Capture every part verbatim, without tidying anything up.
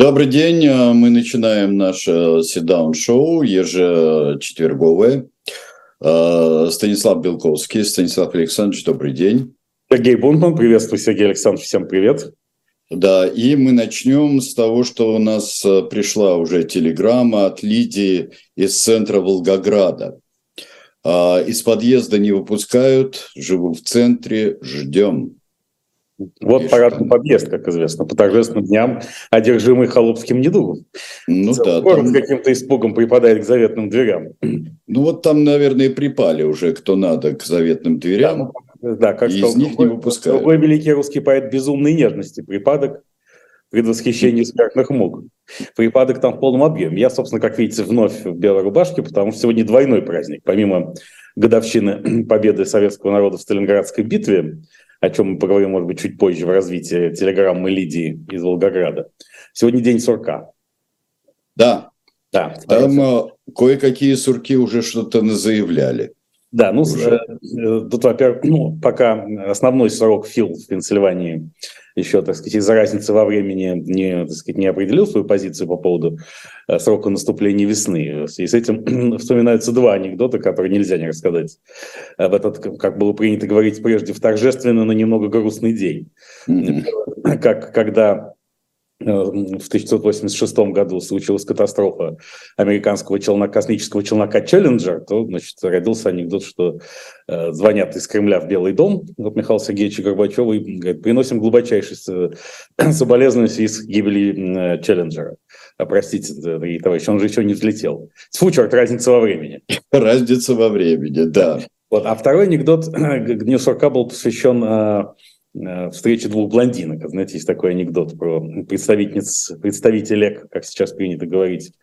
Добрый день, мы начинаем наше sit-down-шоу ежечетверговое. Станислав Белковский, Станислав Александрович, добрый день. Сергей Бунтман, приветствую, Сергей Александрович, всем привет. Да, и мы начнем с того, что у нас пришла уже телеграмма от Лидии из центра Волгограда. Из подъезда не выпускают, живу в центре, ждем. Вот парадный подъезд, как известно, по торжественным дням, одержимый холопским недугом. Ну Целый да, город там... с каким-то испугом припадает к заветным дверям. Ну вот там, наверное, припали уже кто надо к заветным дверям, да, да, как и сказал, из них другой, не выпускают. Другой великий русский поэт безумной нежности, припадок предвосхищения смертных мук. Припадок там в полном объеме. Я, собственно, как видите, вновь в белой рубашке, потому что сегодня двойной праздник. Помимо годовщины победы советского народа в Сталинградской битве, о чем мы поговорим, может быть, чуть позже в развитии телеграммы Лидии из Волгограда. Сегодня день сурка. Да, да там э, кое-какие сурки уже что-то заявляли. Да, ну, э, тут, во-первых, ну, пока основной срок Фил в Пенсильвании еще, так сказать, из-за разницы во времени не, так сказать, не определил свою позицию по поводу э, срока наступления весны. И с этим вспоминаются два анекдота, которые нельзя не рассказать. В этот, как было принято говорить прежде, в торжественный, но немного грустный день. Mm-hmm. Как, когда в тысяча девятьсот восемьдесят шестом году случилась катастрофа американского челнока, космического челнока «Челленджер», то, значит, родился анекдот, что э, звонят из Кремля в Белый дом от Михаила Сергеевича Горбачева и говорят: приносим глубочайшие соболезнования в связи с гибелью э, «Челленджера». А, простите, дорогие товарищи, он же еще не взлетел. Тьфу, черт, разница во времени. Разница во времени, да. Вот. А второй анекдот к Дню сурка был посвящен... Э, встречи двух блондинок. Знаете, есть такой анекдот про представительниц, представителек, как сейчас принято говорить,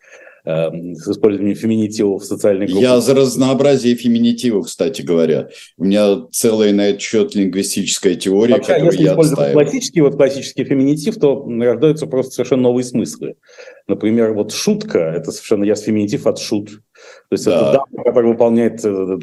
с использованием феминитивов в социальной группе. Я за разнообразие феминитивов, кстати говоря. У меня целая на этот счет лингвистическая теория, вообще, которую если я использовать отстаиваю. классический, вот классический феминитив, то рождаются просто совершенно новые смыслы. Например, вот шутка, это совершенно я с феминитив от шут. То есть да. Это дама, которая выполняет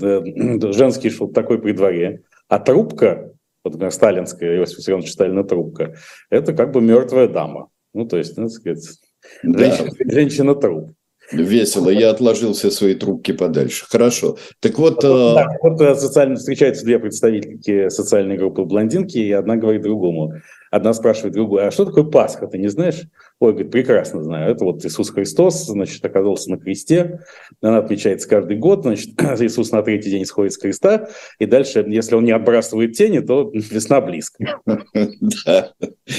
женский шут такой при дворе. А трубка, вот, например, сталинская, Иосиф Виссарионович Сталина трубка, это как бы мертвая дама. Ну, то есть, надо сказать, да. женщина, женщина-труп. Весело, я отложил все свои трубки подальше. Хорошо. Так вот... Вот, да, вот социально, встречаются две представительки социальной группы блондинки, и одна говорит другому. Одна спрашивает другую: а что такое Пасха, ты не знаешь? Ой, говорит, прекрасно знаю. Это вот Иисус Христос, значит, оказался на кресте. Она отмечается каждый год. Значит, Иисус на третий день сходит с креста. И дальше, если он не отбрасывает тени, то весна близко. Да,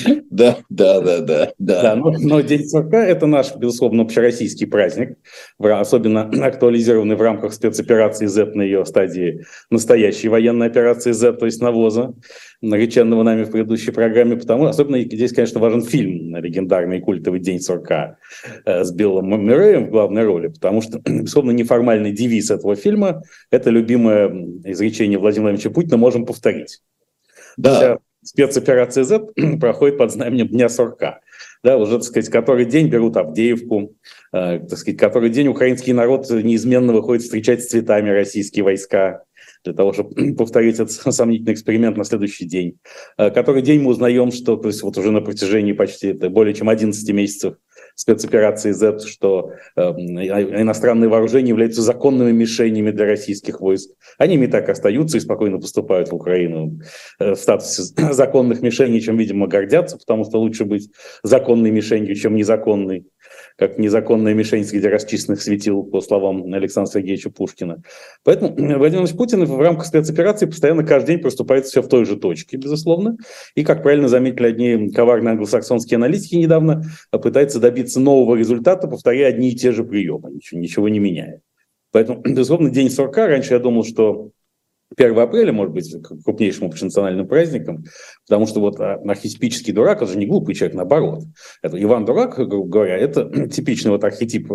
да, да, да. Да, но, но День сурка – это наш, безусловно, общероссийский праздник, особенно актуализированный в рамках спецоперации зет на ее стадии настоящей военной операции зет, то есть навоза, нареченного нами в предыдущей программе. Потому особенно здесь, конечно, важен фильм легендарный культовый «День сурка» с Биллом Мюрреем в главной роли, потому что, безусловно, неформальный девиз этого фильма – это любимое изречение Владимира Владимировича Путина «можем повторить». Да. Вся спецоперация зет проходит под знаменем Дня сурка. Да, уже, так сказать, который день берут Авдеевку, э, так сказать, который день украинский народ неизменно выходит встречать с цветами российские войска, для того, чтобы повторить этот сомнительный эксперимент на следующий день. Э, который день мы узнаем, что, то есть, вот уже на протяжении почти это, более чем одиннадцати месяцев спецоперации зет, что э, иностранные вооружения являются законными мишенями для российских войск. Они ими так остаются и спокойно поступают в Украину э, в статусе законных мишеней, чем, видимо, гордятся, потому что лучше быть законной мишенью, чем незаконной, как незаконная мишень среди расчисленных светил, по словам Александра Сергеевича Пушкина. Поэтому Владимир Владимирович Путин в рамках спецоперации постоянно каждый день проступает все в той же точке, безусловно. И, как правильно заметили одни коварные англосаксонские аналитики недавно, пытается добиться нового результата, повторяя одни и те же приемы, ничего, ничего не меняя. Поэтому, безусловно, День сурка. Раньше я думал, что первого апреля может быть крупнейшим общенациональным праздником, потому что вот архетипический дурак, он же не глупый человек, наоборот. Это Иван Дурак, грубо говоря, это типичный вот архетип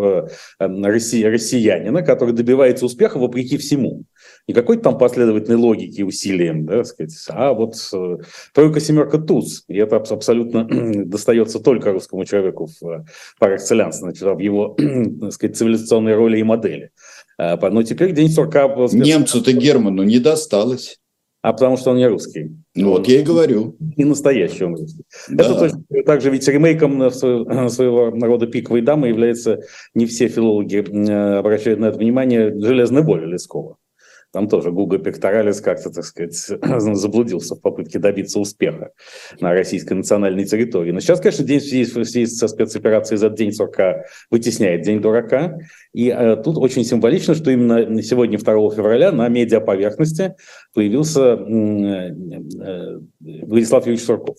россиянина, который добивается успеха вопреки всему. Не какой-то там последовательной логики и усилиям, да, сказать, а вот тройка, семерка, туз. И это абсолютно достается только русскому человеку в par excellence, значит, в его, так сказать, цивилизационной роли и модели. Но теперь День сурка... Немцу-то Герману не досталось. А потому что он не русский. Ну, вот я и говорю. Не настоящий он русский. Да. Это точно так же, ведь ремейком своего, своего рода «Пиковой дамы» является, не все филологи обращают на это внимание, «Железная воля» Лескова. Там тоже Гуго Пекторалис как-то, так сказать, заблудился в попытке добиться успеха на российской национальной территории. Но сейчас, конечно, день в связи, в связи со спецоперацией за день сурка вытесняет День дурака. И э, тут очень символично, что именно сегодня, второго февраля, на медиаповерхности появился э, э, Владислав Юрьевич Сурков.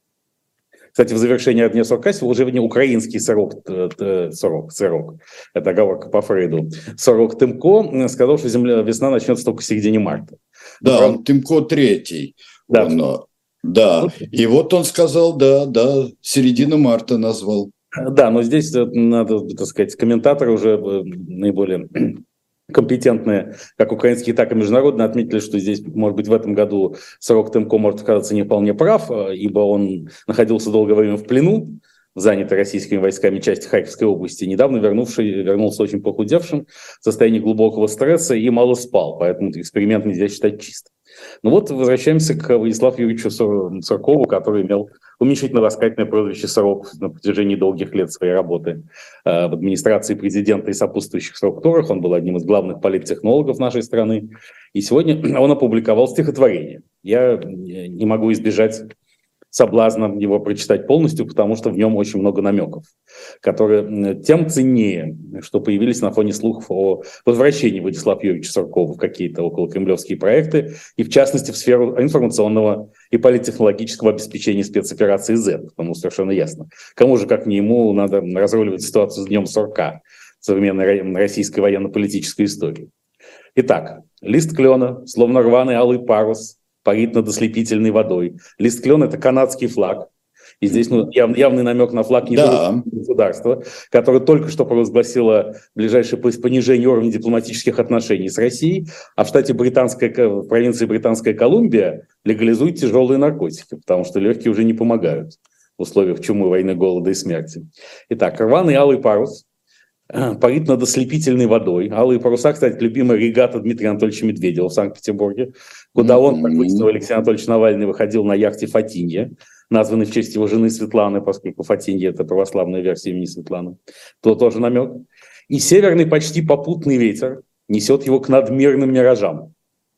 Кстати, в завершении Дня сурка уже не украинский сорок, сорок, сорок, это оговорка по Фрейду, сорок Тымко сказал, что земля, весна начнется только в середине марта. Да, Правда? он Тымко третий. Да. Он, да, и вот он сказал, да, да, середина марта назвал. Да, но здесь надо, так сказать, комментаторы уже наиболее компетентные, как украинские, так и международные, отметили, что здесь, может быть, в этом году сорок Тымко может оказаться не вполне прав, ибо он находился долгое время в плену, занятой российскими войсками части Харьковской области, недавно вернувший, вернулся очень похудевшим, в состоянии глубокого стресса и мало спал, поэтому эксперимент нельзя считать чистым. Ну вот, возвращаемся к Владиславу Юрьевичу Суркову, который имел уменьшительно-ласкательное прозвище «Сорок» на протяжении долгих лет своей работы в администрации президента и сопутствующих структурах. Он был одним из главных политтехнологов нашей страны. И сегодня он опубликовал стихотворение. Я не могу избежать соблазна его прочитать полностью, потому что в нем очень много намеков, которые тем ценнее, что появились на фоне слухов о возвращении Владислава Юрьевича Суркова в какие-то околокремлевские проекты, и в частности в сферу информационного и политтехнологического обеспечения спецоперации Z, потому что совершенно ясно, кому же, как не ему, надо разруливать ситуацию с Днем сурка в современной российской военно-политической истории. Итак, лист клена, словно рваный алый парус, парит над ослепительной водой. Лист клена – это канадский флаг. И здесь ну, яв, явный намек на флаг да. государства, которое только что провозгласило ближайшее понижение уровня дипломатических отношений с Россией, а в штате Британская, в провинции Британская Колумбия легализует тяжелые наркотики, потому что легкие уже не помогают в условиях чумы, войны, голода и смерти. Итак, рваный алый парус парит над ослепительной водой. Алые паруса, кстати, любимая регата Дмитрия Анатольевича Медведева в Санкт-Петербурге, куда mm-hmm. он, как выяснил Алексей Анатольевич Навальный, выходил на яхте «Фатинья», названной в честь его жены Светланы, поскольку Фатинья – это православная версия имени Светланы. То тоже намек. И северный почти попутный ветер несет его к надмирным миражам.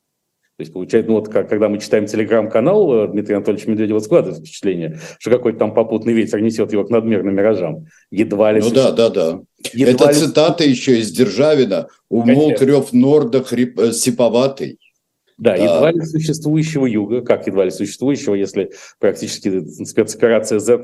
То есть, получается, ну вот как, когда мы читаем телеграм-канал Дмитрия Анатольевича Медведева, складывается впечатление, что какой-то там попутный ветер несет его к надмирным миражам. Едва ли... Ну да, да, да. Едва Это ли... цитата еще из Державина. «Умолк рев норда хрип... сиповатый». Да, да, едва ли существующего юга, как едва ли существующего, если практически спецоперация Z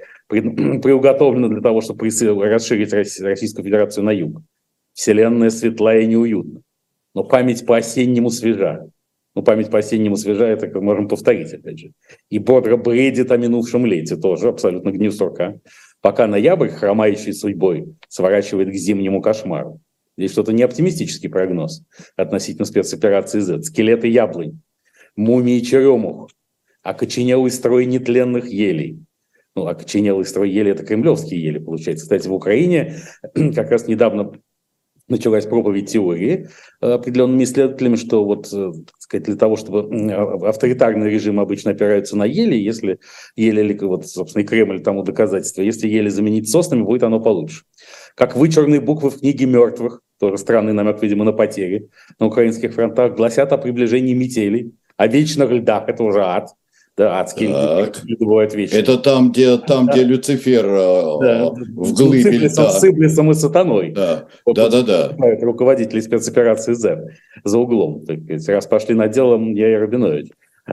приуготовлена для того, чтобы расширить Российскую Федерацию на юг. Вселенная светлая и неуютна, но память по-осеннему свежа. Ну, память по-осеннему свежа, это можем повторить, опять же. И бодро бредит о минувшем лете, тоже абсолютно гнев сурка. Пока ноябрь, хромающий судьбой, сворачивает к зимнему кошмару. Здесь что-то не оптимистический прогноз относительно спецоперации Z. Скелеты яблонь, мумии черемух, окоченелый строй нетленных елей. Ну, окоченелый строй ели – это кремлевские ели, получается. Кстати, в Украине как раз недавно началась проповедь теории определенными исследователями, что вот, так сказать, для того, чтобы авторитарный режим обычно опирается на ели, если ели, вот, собственно, и Кремль тому доказательство, если ели заменить соснами, будет оно получше. Как вычурные буквы в книге мертвых, тоже странный намек, видимо, на потери на украинских фронтах, гласят о приближении метелей, о вечных льдах, это уже ад. Да, адские льды бывают вечные. Это там, где, там, да. где Люцифер да. в глыбе льда. С Иблисом и Сатаной. Да, вот, да, да, да. Руководители спецоперации Z за углом. Раз пошли на дело, я и Рабинович.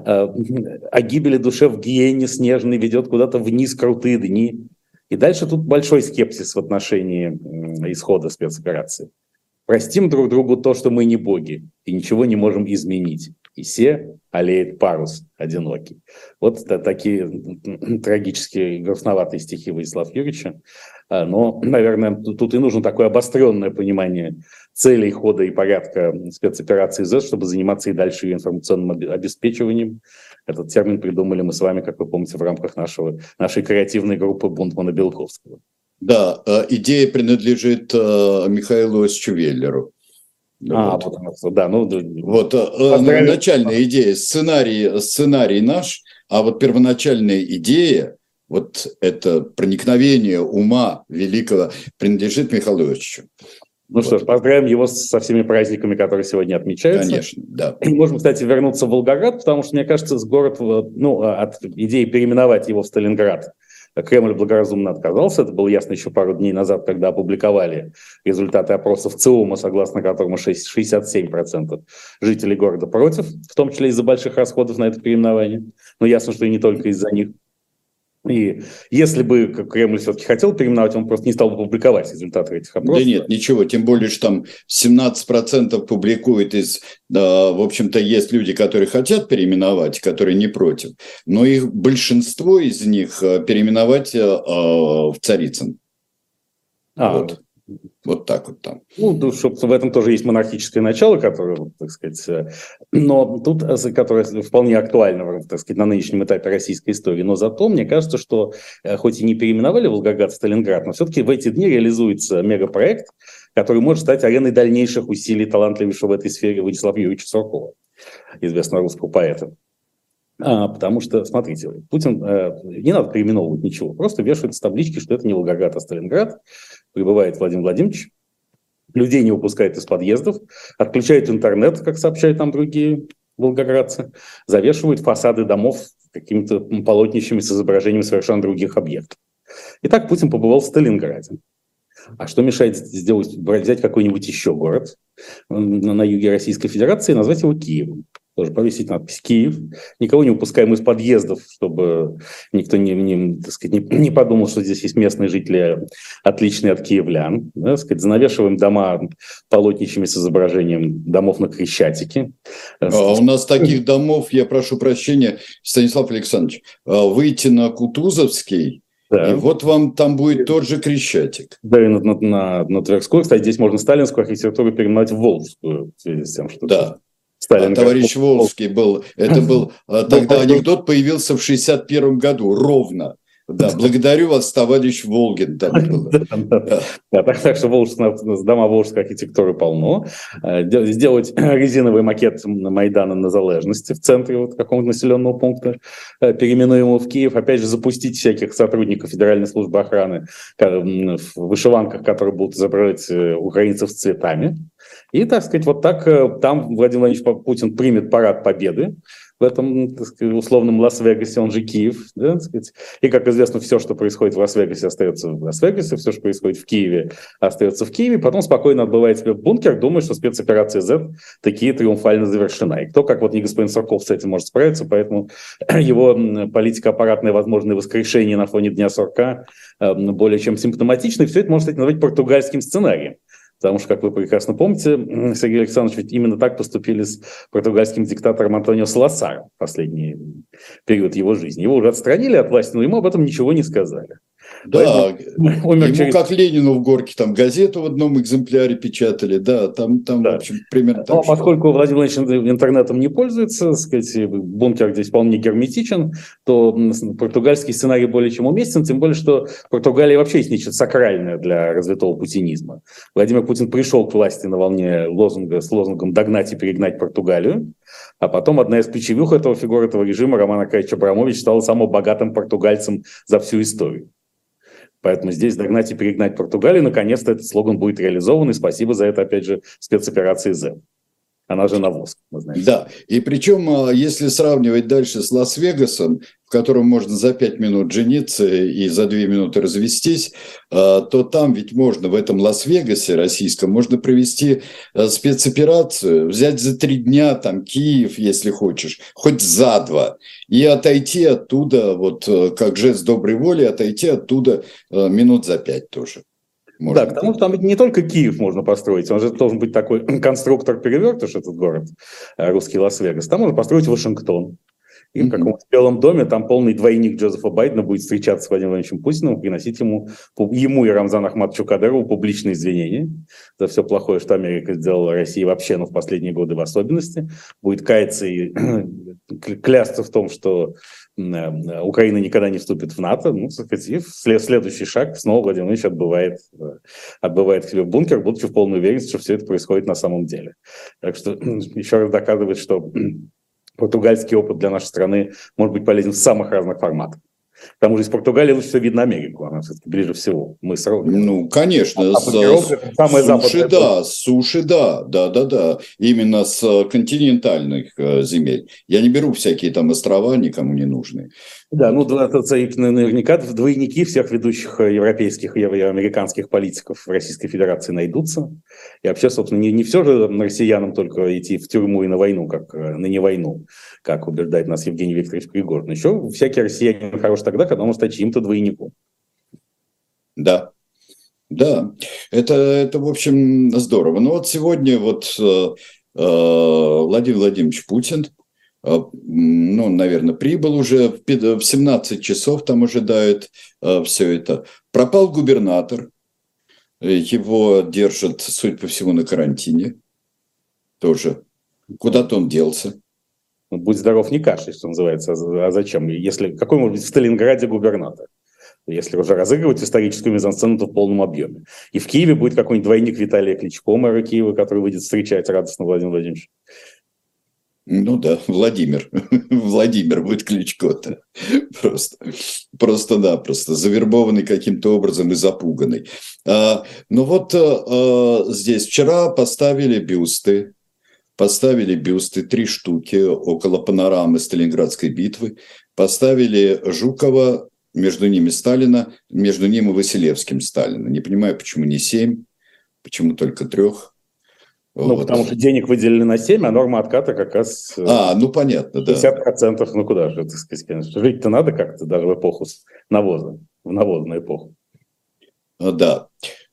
О гибели душе в гиене снежной ведет куда-то вниз крутые дни. И дальше тут большой скепсис в отношении исхода спецоперации. Простим друг другу то, что мы не боги, и ничего не можем изменить. И се аллеет парус одинокий. Вот это такие трагические, грустноватые стихи Владислава Юрьевича. Но, наверное, тут и нужно такое обостренное понимание целей, хода и порядка спецоперации Z, чтобы заниматься и дальше ее информационным обеспечиванием. Этот термин придумали мы с вами, как вы помните, в рамках нашего, нашей креативной группы Бунтмана-Белковского. Да, идея принадлежит Михаилу Исчевеллеру. А, вот. вот, да, ну, вот э, начальная идея, сценарий, сценарий наш, а вот первоначальная идея, вот это проникновение ума великого принадлежит Михаилу Иосифовичу. Ну вот. Что ж, поздравим его со всеми праздниками, которые сегодня отмечаются. Конечно, да. И можем, кстати, вернуться в Волгоград, потому что, мне кажется, с город, ну, от идеи переименовать его в Сталинград, Кремль благоразумно отказался. Это было ясно еще пару дней назад, когда опубликовали результаты опросов ЦИОМа, согласно которому шестьдесят семь процентов жителей города против, в том числе из-за больших расходов на это переименование. Но ясно, что и не только из-за них. И если бы Кремль все-таки хотел переименовать, он просто не стал бы публиковать результаты этих опросов. Да нет, ничего, тем более, что там семнадцать процентов публикует из... Да, в общем-то, есть люди, которые хотят переименовать, которые не против, но их большинство из них переименовать э, в Царицын. А, вот. Вот так вот там. Ну, в этом тоже есть монархическое начало, которое, так сказать, но тут, которое вполне актуально, так сказать, на нынешнем этапе российской истории. Но зато мне кажется, что хоть и не переименовали Волгоград в Сталинград, но все-таки в эти дни реализуется мегапроект, который может стать ареной дальнейших усилий талантливейшего в этой сфере Владислава Юрьевича Суркова, известного русского поэта. А, потому что, смотрите, Путин, э, не надо переименовывать ничего, просто вешают таблички, что это не Волгоград, а Сталинград. Прибывает Владимир Владимирович, людей не выпускает из подъездов, отключает интернет, как сообщают нам другие волгоградцы, завешивают фасады домов какими-то полотнищами с изображением совершенно других объектов. Итак, Путин побывал в Сталинграде. А что мешает сделать, взять какой-нибудь еще город на юге Российской Федерации и назвать его Киевом? Тоже повесить надпись «Киев». Никого не выпускаем из подъездов, чтобы никто не, не, так сказать, не, не подумал, что здесь есть местные жители, отличные от киевлян. Да, так сказать, занавешиваем дома полотнищами с изображением домов на Крещатике. А у нас таких домов, я прошу прощения, Станислав Александрович, выйти на Кутузовский, да. И вот вам там будет тот же Крещатик. Да, и на, на, на, на Тверскую. Кстати, здесь можно сталинскую архитектуру переименовать в Волжскую в связи с тем, что... Да. Сталин, товарищ как... Волжский был, это был, тогда анекдот появился в шестьдесят первом году, ровно. Да, благодарю вас, товарищ Волгин. Там было. Да, да. Да. Да, так, так что волжская, дома волжской архитектуры полно. Сделать резиновый макет Майдана Незалежности в центре вот какого-то населенного пункта, переименуем его в Киев. Опять же, запустить всяких сотрудников Федеральной службы охраны в вышиванках, которые будут изображать украинцев с цветами. И, так сказать, вот так там Владимир Владимирович Путин примет парад победы в этом, так сказать, условном Лас-Вегасе, он же Киев. Да, так сказать. И, как известно, все, что происходит в Лас-Вегасе, остается в Лас-Вегасе, все, что происходит в Киеве, остается в Киеве. Потом спокойно отбывает себя в бункер, думает, что спецоперация Z такие триумфально завершена. И кто, как вот не господин Сурков, с этим может справиться, поэтому его политика аппаратное возможное воскрешение на фоне Дня Сурка более чем симптоматично. И все это можно, кстати, назвать португальским сценарием. Потому что, как вы прекрасно помните, Сергей Александрович, ведь именно так поступили с португальским диктатором Антонио Саласаром в последний период его жизни. Его уже отстранили от власти, но ему об этом ничего не сказали. Да, ему через... как Ленину в Горке там газету в одном экземпляре печатали, да, там, там да. в общем, примерно но, так. А поскольку Владимир Владимирович интернетом не пользуется, сказать, бункер здесь вполне герметичен, то португальский сценарий более чем уместен, тем более, что Португалия вообще есть нечто сакральное для развитого путинизма. Владимир Путин пришел к власти на волне лозунга с лозунгом «догнать и перегнать Португалию», а потом одна из ключевых этого фигур этого режима, Роман Аркадьевич Абрамович, стала самым богатым португальцем за всю историю. Поэтому здесь «догнать и перегнать Португалию», наконец-то этот слоган будет реализован, и спасибо за это, опять же, спецоперации Z. Она же на воск, мы знаем. Да, и причем, если сравнивать дальше с Лас-Вегасом, в котором можно за пять минут жениться и за две минуты развестись, то там ведь можно, в этом Лас-Вегасе российском, можно провести спецоперацию, взять за три дня там Киев, если хочешь, хоть за два, и отойти оттуда, вот как жест доброй воли, отойти оттуда минут за пять тоже. Можно. Да, потому что там ведь не только Киев можно построить, он же должен быть такой конструктор-перевертыш, этот город, русский Лас-Вегас. Там можно построить Вашингтон. И mm-hmm. в каком-то Белом доме там полный двойник Джозефа Байдена будет встречаться с Владимиром Владимировичем Путиным, приносить ему, ему и Рамзану Ахматовичу Кадырову публичные извинения за все плохое, что Америка сделала России вообще, но в последние годы в особенности. Будет каяться и клясться в том, что Украина никогда не вступит в НАТО. Ну, и следующий шаг снова Владимир Владимирович отбывает, отбывает к себе в бункер, будучи в полной уверенности, что все это происходит на самом деле. Так что еще раз доказывает, что португальский опыт для нашей страны может быть полезен в самых разных форматах. К тому же из Португалии лучше всего видно Америку, она все-таки ближе всего. Мы с Ну, конечно, а, с, с суши, да, с суши, да, да, да, да, именно с континентальных э, земель. Я не беру всякие там острова, никому не нужны. Да, вот. Ну, наверняка двойники всех ведущих европейских и американских политиков в Российской Федерации найдутся. И вообще, собственно, не, не все же россиянам только идти в тюрьму и на войну, как на не войну, как убеждает нас Евгений Викторович Пригожин. Еще всякий россиянин хорош тогда, когда он стать чьим-то двойником. Да, да, это, это, в общем, здорово. Но вот сегодня вот э, Владимир Владимирович Путин, э, ну, наверное, прибыл уже в семнадцать часов, там ожидают э, все это. Пропал губернатор, его держат, судя по всему, на карантине тоже. Куда-то он делся. Будь здоров, не кашляй, что называется. А зачем? Если, какой может быть в Сталинграде губернатор? Если уже разыгрывать историческую мизансцену, то в полном объеме. И в Киеве будет какой-нибудь двойник Виталия Кличко, мэра Киева, который выйдет встречать радостно Владимира Владимировича. Ну да, Владимир. Владимир будет Кличко-то. Просто, просто-напросто. Завербованный каким-то образом и запуганный. А, ну вот а, здесь вчера поставили бюсты. Поставили бюсты, три штуки, около панорамы Сталинградской битвы. Поставили Жукова, между ними Сталина, между ним и Василевским Сталина. Не понимаю, почему не семь, почему только трех. Ну, вот. Потому что денег выделили на семь, а норма отката как раз... А, ну понятно, да. пятьдесят процентов, ну куда же, так сказать, конечно. Жить-то надо как-то даже в эпоху навоза, в навозную эпоху. Да.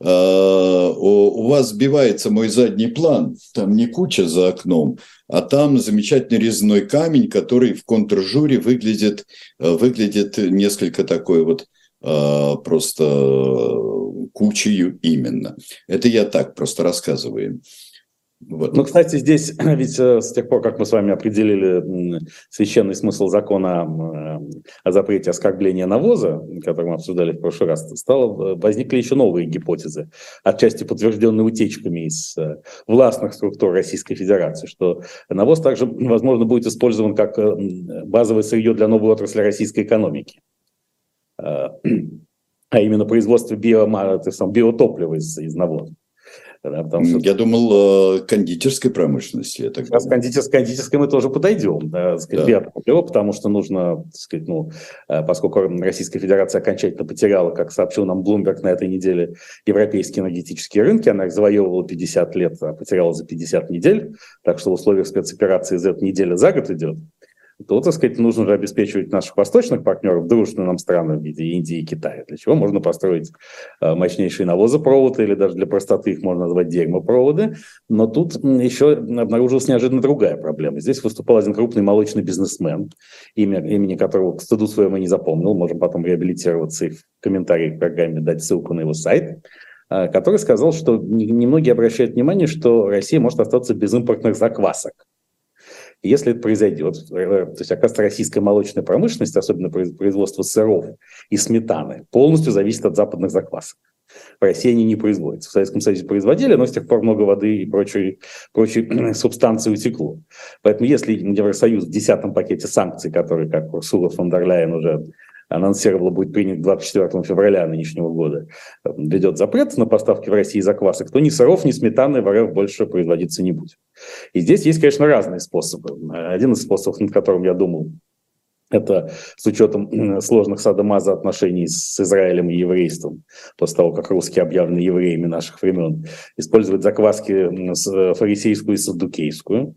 У вас сбивается мой задний план, там не куча за окном, а там замечательный резной камень, который в контржуре выглядит, выглядит несколько такой вот просто кучей именно. Это я так просто рассказываю. Вот. Ну, кстати, здесь ведь с тех пор, как мы с вами определили священный смысл закона о запрете оскорбления навоза, который мы обсуждали в прошлый раз, стало, возникли еще новые гипотезы, отчасти подтвержденные утечками из властных структур Российской Федерации, что навоз также, возможно, будет использован как базовое сырье для новой отрасли российской экономики. А именно производство био, биотоплива из, из навоза. Да, что... Я думал, кондитерской промышленности. Я так Сейчас кондитерской, кондитерской мы тоже подойдем, да, сказать, да. Потому что нужно, так сказать, ну, поскольку Российская Федерация окончательно потеряла, как сообщил нам Bloomberg на этой неделе, европейские энергетические рынки, она их завоевывала пятьдесят лет, а потеряла за пятьдесят недель, так что в условиях спецоперации за эту неделю за год идет, то, так сказать, нужно же обеспечивать наших восточных партнеров, дружественным нам странам в виде Индии и Китая, для чего можно построить э, мощнейшие навозопроводы, или даже для простоты их можно назвать дерьмопроводы. Но тут еще обнаружилась неожиданно другая проблема. Здесь выступал один крупный молочный бизнесмен, имя, имени которого, к стыду своему, не запомнил, можем потом реабилитироваться и в комментариях к программе дать ссылку на его сайт, э, который сказал, что немногие обращают внимание, что Россия может остаться без импортных заквасок. Если это произойдет, то есть, оказывается, российская молочная промышленность, особенно производство сыров и сметаны, полностью зависит от западных заквасок. В России они не производятся. В Советском Союзе производили, но с тех пор много воды и прочей, прочей субстанции утекло. Поэтому если Евросоюз в десятом пакете санкций, который, как Урсула фон дер Ляйен уже анонсировала, будет принят двадцать четвёртого февраля нынешнего года, ведет запрет на поставки в России заквасок, то ни сыров, ни сметаны в РФ больше производиться не будет. И здесь есть, конечно, разные способы. Один из способов, над которым я думал, это с учетом сложных садомаза отношений с Израилем и еврейством, после того, как русские объявлены евреями наших времен, использовать закваски фарисейскую и саддукейскую.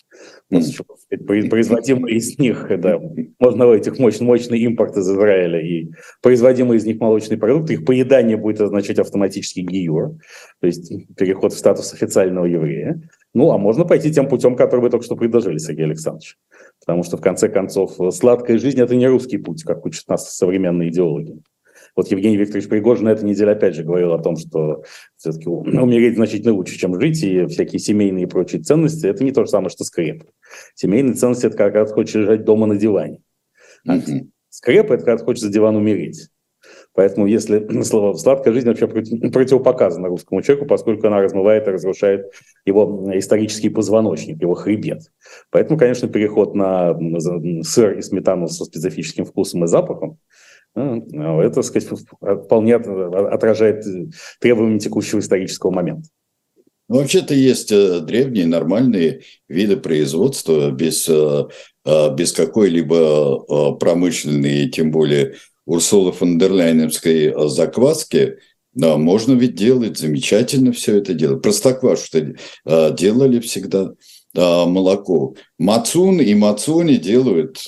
Mm. Производимые из них, да, можно этих мощный, мощный импорт из Израиля, и производимые из них молочные продукты, их поедание будет означать автоматически гиюр, то есть переход в статус официального еврея. Ну, а можно пойти тем путем, который вы только что предложили, Сергей Александрович. Потому что, в конце концов, сладкая жизнь – это не русский путь, как учат нас современные идеологи. Вот Евгений Викторович Пригожин на этой неделе опять же говорил о том, что все-таки умереть значительно лучше, чем жить, и всякие семейные и прочие ценности – это не то же самое, что скреп. Семейные ценности – это как раз хочешь лежать дома на диване. А угу. Скрепа – это когда ты хочешь за диван умереть. Поэтому если слово «сладкая жизнь» вообще противопоказано русскому человеку, поскольку она размывает и разрушает его исторический позвоночник, его хребет. Поэтому, конечно, переход на сыр и сметану со специфическим вкусом и запахом, это, так сказать, вполне отражает требования текущего исторического момента. Ну, вообще-то есть древние нормальные виды производства без, без какой-либо промышленной, тем более Урсулы фон дер Ляйновской закваски. Да, можно ведь делать, замечательно все это делать. Простоквашу делали всегда, молоко. Мацун и мацуни делают...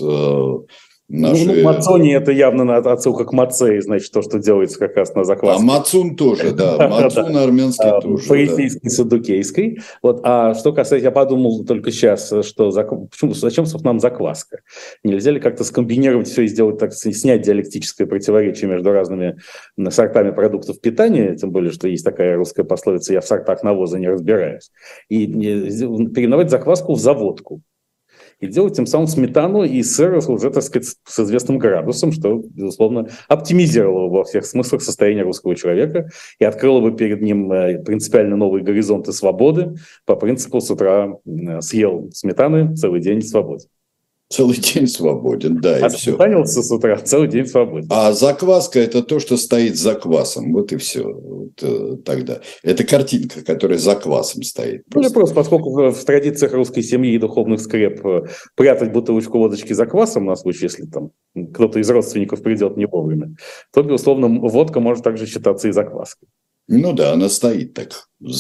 Наши... Ну, мацони – это явно отсылка к мацеи, значит, то, что делается как раз на закваске. А мацун тоже, да. Мацун армянский тоже. Фарисейский, саддукейский. Вот. А что касается, я подумал только сейчас, что почему, зачем, собственно, нам закваска? Нельзя ли как-то скомбинировать все и сделать, так снять диалектическое противоречие между разными сортами продуктов питания, тем более, что есть такая русская пословица «я в сортах навоза не разбираюсь», и переименовать закваску в заводку. И делать тем самым сметану и сыр уже, так сказать, с известным градусом, что, безусловно, оптимизировало во всех смыслах состояние русского человека и открыло бы перед ним принципиально новые горизонты свободы по принципу «с утра съел сметаны, целый день свободен». Целый день свободен, да, а и все. Останился с утра, целый день свободен. А закваска – это то, что стоит за квасом, вот и все. Вот, тогда. Это картинка, которая за квасом стоит. Ну, или просто, поскольку в, в традициях русской семьи и духовных скреп прятать бутылочку водочки за квасом, на случай, если там кто-то из родственников придет не вовремя, то, безусловно, водка может также считаться и закваской. Ну да, она стоит так,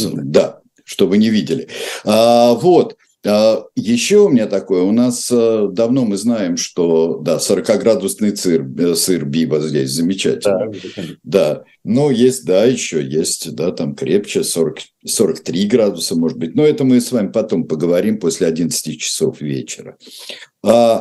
да, чтобы не видели. А, вот. Еще у меня такое, у нас давно мы знаем, что, да, сорокаградусный сыр, сыр Биба здесь замечательно, да, да, но есть, да, еще есть, да, там крепче, сорок, сорок три градуса, может быть, но это мы с вами потом поговорим после одиннадцати часов вечера. А,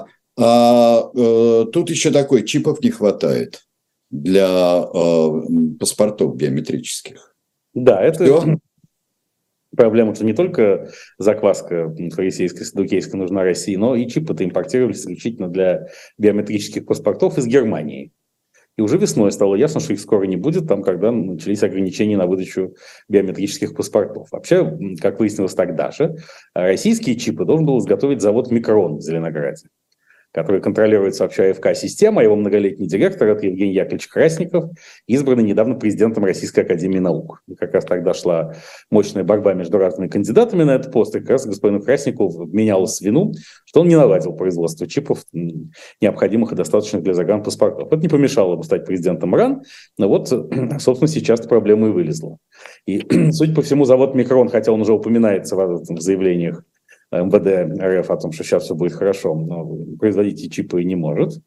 а, а тут еще такой, чипов не хватает для а, паспортов биометрических. Да, это... Все? Проблема, что не только закваска фарисейская, саддукейская нужна России, но и чипы-то импортировались исключительно для биометрических паспортов из Германии. И уже весной стало ясно, что их скоро не будет, там, когда начались ограничения на выдачу биометрических паспортов. Вообще, как выяснилось тогда же, российские чипы должен был изготовить завод «Микрон» в Зеленограде, который контролируется вообще АФК-система, его многолетний директор – это Евгений Яковлевич Красников, избранный недавно президентом Российской академии наук. И как раз тогда шла мощная борьба между разными кандидатами на этот пост, и как раз господину Красникову вменялось в вину, что он не наладил производство чипов, необходимых и достаточных для загранпаспортов. Это не помешало ему стать президентом РАН, но вот, собственно, сейчас проблема и вылезла. И, судя по всему, завод «Микрон», хотя он уже упоминается в, в заявлениях эм вэ дэ эр эф о том, что сейчас все будет хорошо, но производить эти чипы не может.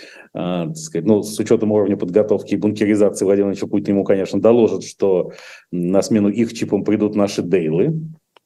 А, так сказать, ну, с учетом уровня подготовки и бункеризации Владимира Владимировича Путина ему, конечно, доложат, что на смену их чипам придут наши дейлы.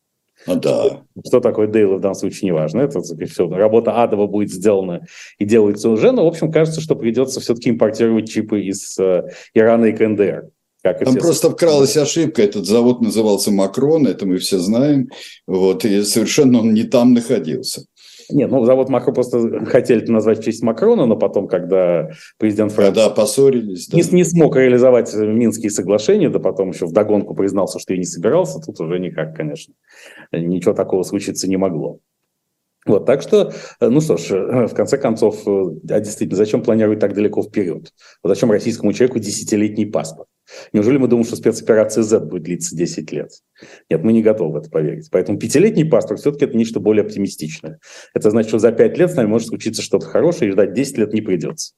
А, да. Что, что такое дейлы в данном случае не важно. Это, так сказать, все, работа адова будет сделана и делается уже, но, в общем, кажется, что придется все-таки импортировать чипы из э, Ирана и ка эн дэ эр. Как Там просто вкралась ошибка. Этот завод назывался «Макрон», это мы все знаем. Вот, и совершенно он не там находился. Нет, ну завод «Макрон» просто хотели назвать в честь Макрона, но потом, когда президент Франции да, поссорились, да. не, не смог реализовать Минские соглашения, да потом еще вдогонку признался, что и не собирался, тут уже никак, конечно, ничего такого случиться не могло. Вот, так что, ну что ж, в конце концов, а действительно, зачем планировать так далеко вперед? Вот зачем российскому человеку десятилетний паспорт? Неужели мы думаем, что спецоперация Z будет длиться десять лет? Нет, мы не готовы в это поверить. Поэтому пятилетний паспорт все-таки это нечто более оптимистичное. Это значит, что за пять лет с нами может случиться что-то хорошее, и ждать десять лет не придется.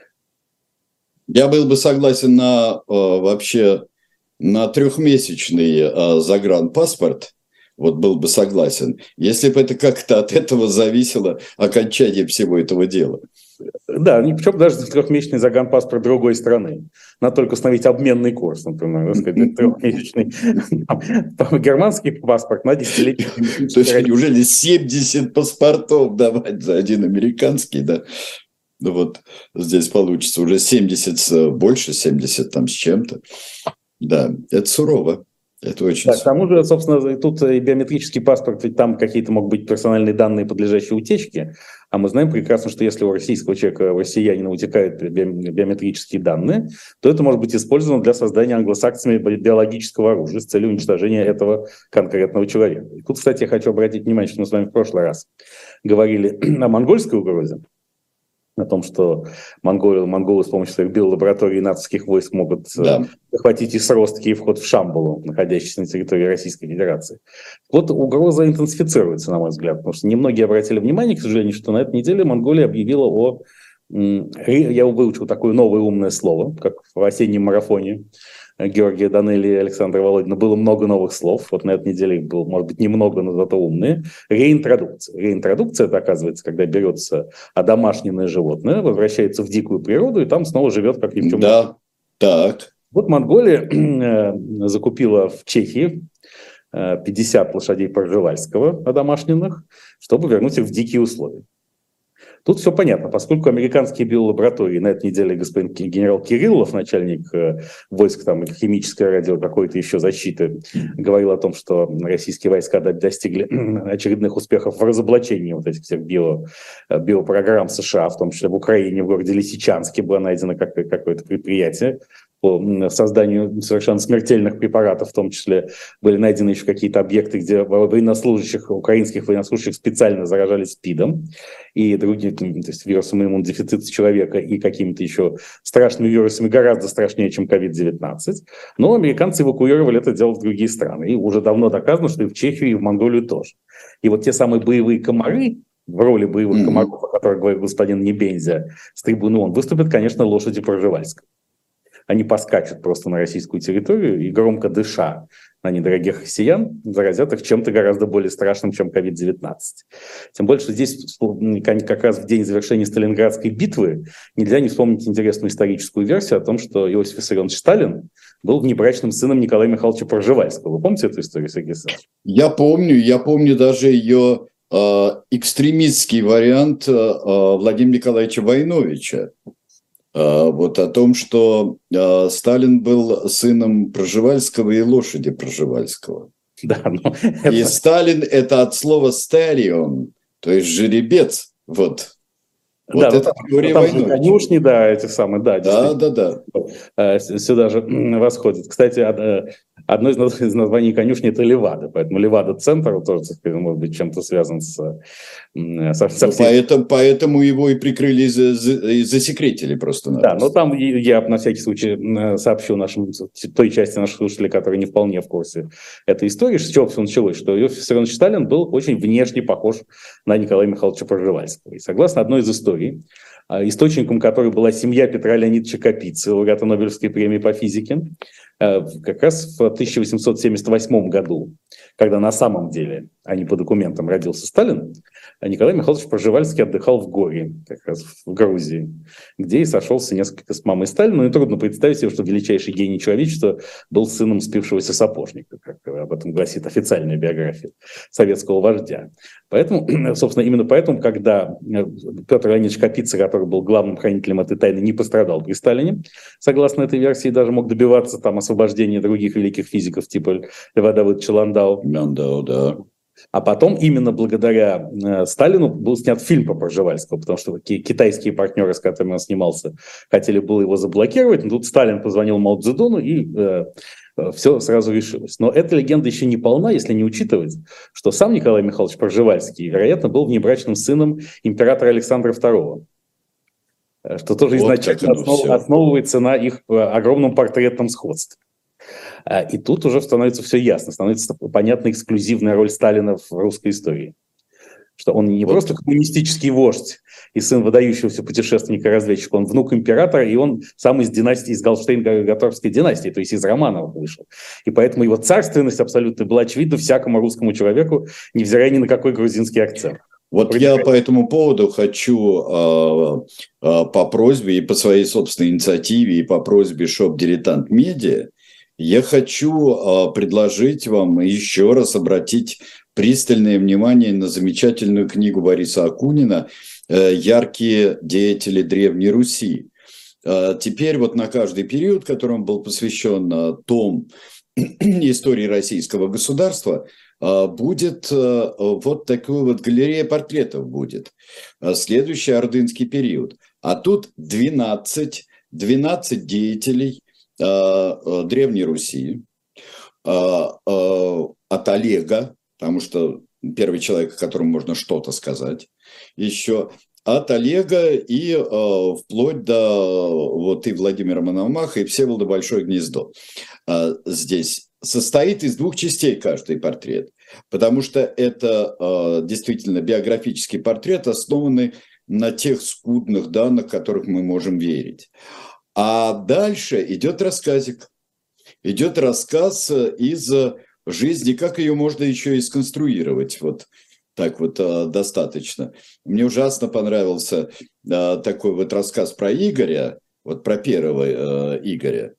Я был бы согласен на вообще на трехмесячный загранпаспорт. Вот был бы согласен, если бы это как-то от этого зависело окончание всего этого дела. Да, причем даже трехмесячный загранпаспорт другой страны. Надо только установить обменный курс, например, сказать, трехмесячный германский паспорт на десятилетний. То есть неужели семьдесят паспортов давать за один американский, да? Вот здесь получится уже семьдесят больше, семьдесят там с чем-то. Да, это сурово. Это очень Да, к тому же, собственно, тут и биометрический паспорт, ведь там какие-то могут быть персональные данные, подлежащие утечке, а мы знаем прекрасно, что если у российского человека, у россиянина утекают биометрические данные, то это может быть использовано для создания англосаксами биологического оружия с целью уничтожения этого конкретного человека. И тут, кстати, я хочу обратить внимание, что мы с вами в прошлый раз говорили о монгольской угрозе, о том, что монголы, монголы с помощью своих биолабораторий и нацистских войск могут да. захватить и сростки, и вход в Шамбалу, находящийся на территории Российской Федерации. Вот угроза интенсифицируется, на мой взгляд, потому что немногие обратили внимание, к сожалению, что на этой неделе Монголия объявила о... Я выучил такое новое умное слово, как в осеннем марафоне Георгия Данелли и Александра Володина. Было много новых слов. Вот на этой неделе их было, может быть, немного, но зато умные. Реинтродукция. Реинтродукция, это, оказывается, когда берется одомашненное животное, возвращается в дикую природу и там снова живет, как ни в чем. Да, так. Вот Монголия закупила в Чехии пятьдесят лошадей Пржевальского одомашненных, чтобы вернуть их в дикие условия. Тут все понятно, поскольку американские биолаборатории, на этой неделе господин генерал Кириллов, начальник э, войск там, химическое радио какой-то еще защиты, говорил о том, что российские войска достигли очередных успехов в разоблачении вот этих всех био, биопрограмм США, в том числе в Украине, в городе Лисичанске было найдено какое-то предприятие по созданию совершенно смертельных препаратов, в том числе были найдены еще какие-то объекты, где военнослужащих, украинских военнослужащих специально заражались СПИДом и другими, то есть вирусом иммунодефицита человека и какими-то еще страшными вирусами, гораздо страшнее, чем ковид девятнадцать. Но американцы эвакуировали это дело в другие страны. И уже давно доказано, что и в Чехию, и в Монголию тоже. И вот те самые боевые комары, в роли боевых mm-hmm. комаров, о которых говорит господин Небензя с трибуны ООН, выступят, конечно, лошади Пржевальского. Они поскачут просто на российскую территорию и, громко дыша на недорогих россиян, заразят их чем-то гораздо более страшным, чем ковид девятнадцать. Тем более, что здесь как раз в день завершения Сталинградской битвы нельзя не вспомнить интересную историческую версию о том, что Иосиф Виссарионович Сталин был внебрачным сыном Николая Михайловича Пржевальского. Вы помните эту историю, Сергей Александрович? Я помню, я помню даже ее э, экстремистский вариант э, Владимира Николаевича Войновича. Вот о том, что э, Сталин был сыном Пржевальского и лошади Пржевальского. Да, ну, это... И Сталин – это от слова «сталион», то есть жеребец. Вот. Вот да, это теория войны. Конюшни, да, эти самые, да. Да, да, да. Сюда же восходит. Кстати, одно из названий конюшни – это Левада. Поэтому Левада-центр тоже, может быть, чем-то связан с... со, со ну, поэтому, поэтому его и прикрыли, и засекретили просто. Да, но там я на всякий случай сообщу нашим, той части наших слушателей, которые не вполне в курсе этой истории, с чего все началось, что Иосиф Виссарионович Сталин был очень внешне похож на Николая Михайловича Пржевальского. И согласно одной из историй, источником которой была семья Петра Леонидовича Капицы, лауреата Нобелевской премии по физике, как раз в тысяча восемьсот семьдесят восьмом году, когда на самом деле, а не по документам, родился Сталин, Николай Михайлович Пржевальский отдыхал в Горе, как раз в Грузии, где и сошелся несколько с мамой Сталина. Ну и трудно представить себе, что величайший гений человечества был сыном спившегося сапожника, как об этом гласит официальная биография советского вождя. Поэтому, собственно, именно поэтому, когда Петр Леонидович Капица, который был главным хранителем этой тайны, не пострадал при Сталине, согласно этой версии, даже мог добиваться там освобождения других великих физиков, типа Льва Давыдовича Ландау. Ландау, да. А потом именно благодаря э, Сталину был снят фильм по Пржевальскому, потому что такие китайские партнеры, с которыми он снимался, хотели было его заблокировать, но тут Сталин позвонил Мао Цзэдуну, и э, э, все сразу решилось. Но эта легенда еще не полна, если не учитывать, что сам Николай Михайлович Пржевальский, вероятно, был внебрачным сыном императора Александра второго. Что тоже вот изначально основ, основывается на их огромном портретном сходстве. И тут уже становится все ясно, становится понятна эксклюзивная роль Сталина в русской истории. Что он не вот. Просто коммунистический вождь и сын выдающегося путешественника-разведчика, он внук императора, и он сам из династии, из Галштейн-Готорпской династии, то есть из Романовых вышел. И поэтому его царственность абсолютно была очевидна всякому русскому человеку, невзирая ни на какой грузинский акцент. Вот я по этому поводу хочу э, э, по просьбе и по своей собственной инициативе, и по просьбе Shop Dilettant Media, я хочу э, предложить вам еще раз обратить пристальное внимание на замечательную книгу Бориса Акунина э, «Яркие деятели Древней Руси». Э, теперь вот на каждый период, которому был посвящен э, том истории российского государства будет вот такой вот галерея портретов будет. Следующий ордынский период. А тут двенадцать, двенадцать деятелей Древней Руси, от Олега, потому что первый человек, о котором можно что-то сказать, еще от Олега и э, вплоть до вот и Владимира Мономаха, и Всеволода Большое Гнездо. Э, здесь состоит из двух частей каждый портрет, потому что это э, действительно биографический портрет, основанный на тех скудных данных, которых мы можем верить. А дальше идет рассказик. Идет рассказ из жизни, как ее можно еще и сконструировать, вот так вот достаточно. Мне ужасно понравился такой вот рассказ про Игоря, вот про первого Игоря.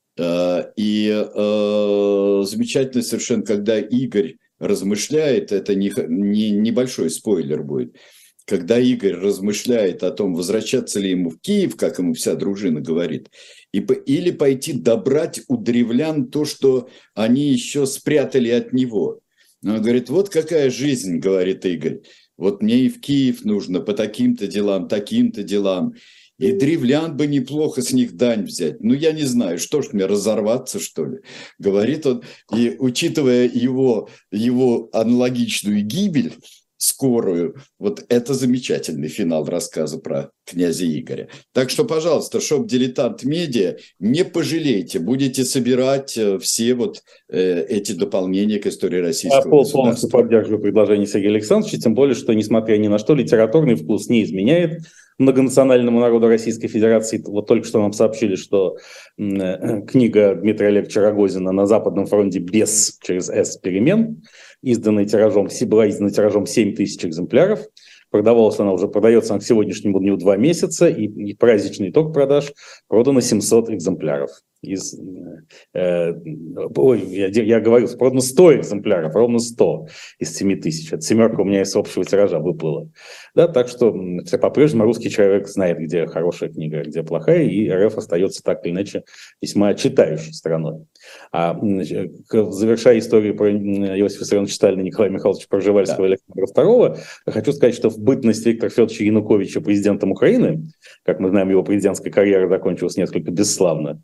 И замечательно совершенно, когда Игорь размышляет, это не, не, небольшой спойлер будет, когда Игорь размышляет о том, возвращаться ли ему в Киев, как ему вся дружина говорит, и, или пойти добрать у древлян то, что они еще спрятали от него. Он говорит, вот какая жизнь, говорит Игорь, вот мне и в Киев нужно по таким-то делам, таким-то делам. И древлян бы неплохо с них дань взять. Ну, я не знаю, что ж мне, разорваться, что ли? Говорит он, и учитывая его, его аналогичную гибель, скорую. Вот это замечательный финал рассказа про князя Игоря. Так что, пожалуйста, шоп «Дилетант Медиа», не пожалейте, будете собирать все вот э, эти дополнения к истории российского Я государства. полностью поддерживаю предложение Сергея Александровича, тем более, что, несмотря ни на что, литературный вкус не изменяет многонациональному народу Российской Федерации. Вот только что нам сообщили, что э, книга Дмитрия Олеговича Рогозина «На Западном фронте без через С перемен», изданная тиражом, была издана тиражом семь тысяч экземпляров. Продавалась она уже, продается она к сегодняшнему дню два месяца, и, и праздничный итог продаж продано семьсот экземпляров. Из, э, ой, я, я говорил, продано сто экземпляров, ровно сто из семи тысяч. Это семерка у меня из общего тиража выплыла. Да, так что по-прежнему русский человек знает, где хорошая книга, где плохая, и РФ остается так или иначе весьма читающей страной. А завершая историю про Иосифа Виссарионовича Сталина, Николая Михайловича Пржевальского и да. Александра второго, хочу сказать, что в бытность Виктора Федоровича Януковича президентом Украины, как мы знаем, его президентская карьера закончилась несколько бесславно,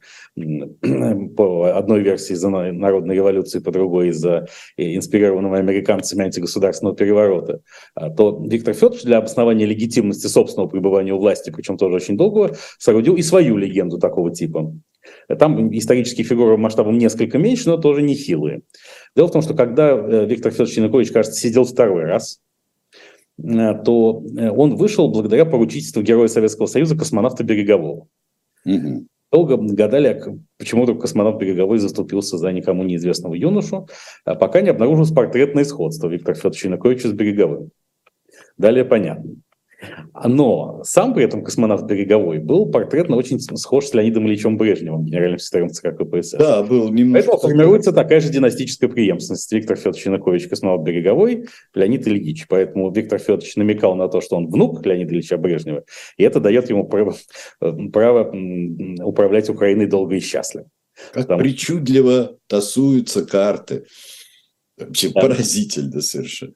по одной версии из-за народной революции, по другой из-за инспирированного американцами антигосударственного переворота, то Виктор Федорович для обоснования легитимности собственного пребывания у власти, причем тоже очень долгого, соорудил и свою легенду такого типа. Там исторические фигуры масштабом несколько меньше, но тоже нехилые. Дело в том, что когда Виктор Федорович Янукович, кажется, сидел второй раз, то он вышел благодаря поручительству Героя Советского Союза космонавта Берегового. Угу. Долго гадали, почему вдруг космонавт Береговой заступился за никому неизвестного юношу, пока не обнаружилось портретное сходство Виктора Федоровича Януковича с Береговым. Далее понятно. Но сам при этом космонавт Береговой был портретно очень схож с Леонидом Ильичем Брежневым, генеральным секретарем ЦК КПСС. Да, был немножко. Поэтому формируется такая же династическая преемственность. Виктор Федорович Янукович, космонавт Береговой, Леонид Ильич. Поэтому Виктор Федорович намекал на то, что он внук Леонида Ильича Брежнева, и это дает ему право, право управлять Украиной долго и счастливо. Как Потому... причудливо тасуются карты. Вообще да. Поразительно совершенно.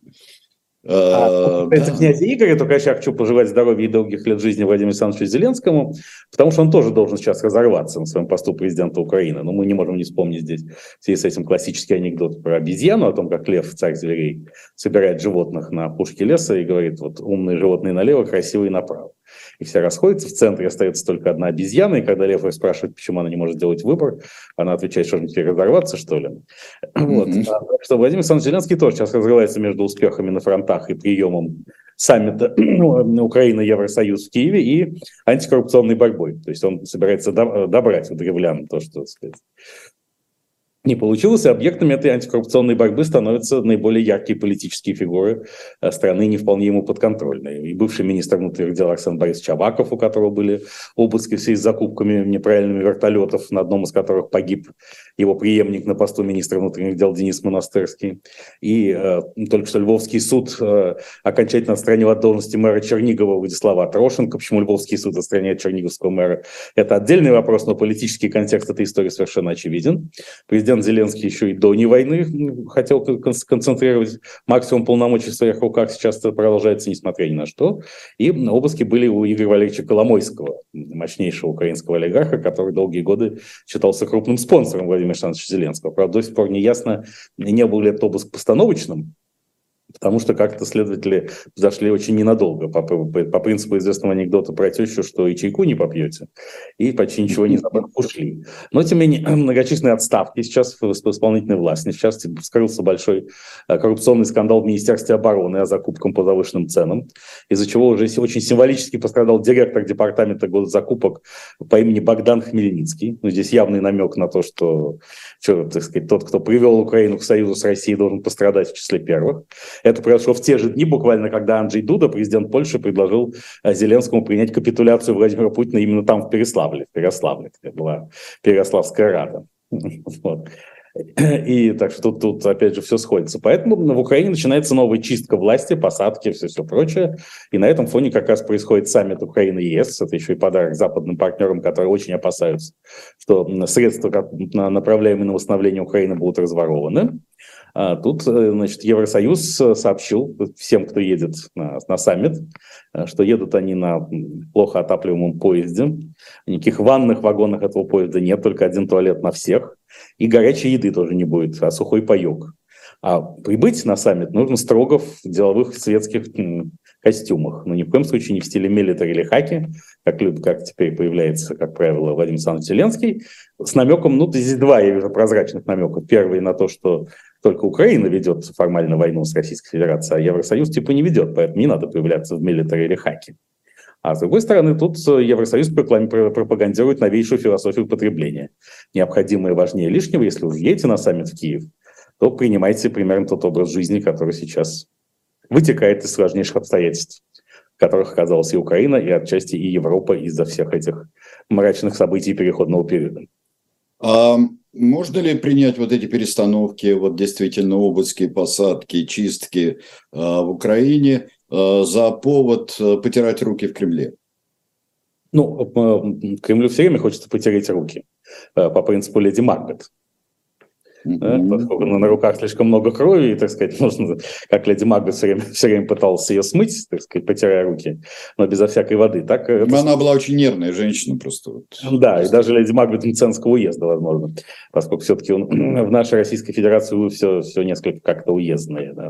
А, это да. Князя Игоря, то, конечно, я хочу пожелать здоровья и долгих лет жизни Владимиру Александровичу Зеленскому, потому что он тоже должен сейчас разорваться на своем посту президента Украины. Но мы не можем не вспомнить здесь в связи с этим классический анекдот про обезьяну, о том, как лев, царь зверей, собирает животных на опушке леса и говорит, вот умные животные налево, красивые направо. И все расходятся, в центре остается только одна обезьяна, и когда лев спрашивает, почему она не может делать выбор, она отвечает, что же теперь разорваться, что ли? Mm-hmm. Вот. А, что Владимир Александрович Зеленский тоже сейчас разрывается между успехами на фронтах и приемом саммита Украина-Евросоюз в Киеве и антикоррупционной борьбой. То есть он собирается добрать у древлян то, что, так сказать, не получилось, и объектами этой антикоррупционной борьбы становятся наиболее яркие политические фигуры страны, не вполне ему подконтрольные. И бывший министр внутренних дел Арсен Борисович Аваков, у которого были обыски в связи с закупками неправильными вертолетов, на одном из которых погиб его преемник на посту министра внутренних дел Денис Монастырский. И э, только что Львовский суд э, окончательно отстранил от должности мэра Чернигова Владислава Трошенко. Почему Львовский суд отстраняет черниговского мэра? Это отдельный вопрос, но политический контекст этой истории совершенно очевиден. Президент Зеленский еще и до не войны хотел концентрировать максимум полномочий в своих руках. Сейчас это продолжается, несмотря ни на что. И обыски были у Игоря Валерьевича Коломойского, мощнейшего украинского олигарха, который долгие годы считался крупным спонсором Владимира Александровича Зеленского. Правда, до сих пор не ясно, не был ли этот обыск постановочным, потому что как-то следователи зашли очень ненадолго, по, по, по принципу известного анекдота про тещу, что и чайку не попьете, и почти ничего не забыли, ушли. Но, тем не менее, многочисленные отставки сейчас в исполнительной власти. Сейчас вскрылся большой коррупционный скандал в Министерстве обороны о закупках по завышенным ценам, из-за чего уже очень символически пострадал директор департамента госзакупок по имени Богдан Хмельницкий. Ну, здесь явный намек на то, что, что, так сказать, тот, кто привел Украину к союзу с Россией, должен пострадать в числе первых. Это произошло в те же дни, буквально, когда Анджей Дуда, президент Польши, предложил Зеленскому принять капитуляцию Владимира Путина именно там, в Переславле, в Переславле, где была Переяславская рада. Вот. И так что тут, тут, опять же, все сходится. Поэтому в Украине начинается новая чистка власти, посадки, все-все прочее. И на этом фоне как раз происходит саммит Украины-ЕС. Это еще и подарок западным партнерам, которые очень опасаются, что средства, направляемые на восстановление Украины, будут разворованы. А тут, значит, Евросоюз сообщил всем, кто едет на, на саммит, что едут они на плохо отапливаемом поезде. Никаких ванных вагонах этого поезда нет, только один туалет на всех. И горячей еды тоже не будет, а сухой паёк. А прибыть на саммит нужно строго в деловых светских костюмах. Но ни в коем случае не в стиле милитари или хаки, как, как теперь появляется, как правило, Владимир Александрович Зеленский. С намеком, ну, здесь два, я вижу, прозрачных намека. Первый на то, что только Украина ведет формально войну с Российской Федерацией, а Евросоюз типа не ведет, поэтому не надо появляться в милитари или хаки. А с другой стороны, тут Евросоюз пропагандирует новейшую философию потребления. Необходимое важнее лишнего. Если вы едете на саммит в Киев, то принимайте примерно тот образ жизни, который сейчас вытекает из сложнейших обстоятельств, в которых оказалась и Украина, и отчасти и Европа из-за всех этих мрачных событий переходного периода. А можно ли принять вот эти перестановки, вот действительно обыски, посадки, чистки а, в Украине а, за повод а, потирать руки в Кремле? Ну, Кремлю все время хочется потереть руки по принципу леди Макбет. Mm-hmm. Поскольку ну, на руках слишком много крови, и, так сказать, нужно, как леди Макбет все время, все время пытался ее смыть, так сказать, потирая руки, но безо всякой воды. Так, это... Она была очень нервная женщина просто. Вот. Да, и даже леди Макбет Мценского уезда, возможно, поскольку все-таки он, в нашей Российской Федерации все, все несколько как-то уездное. Да,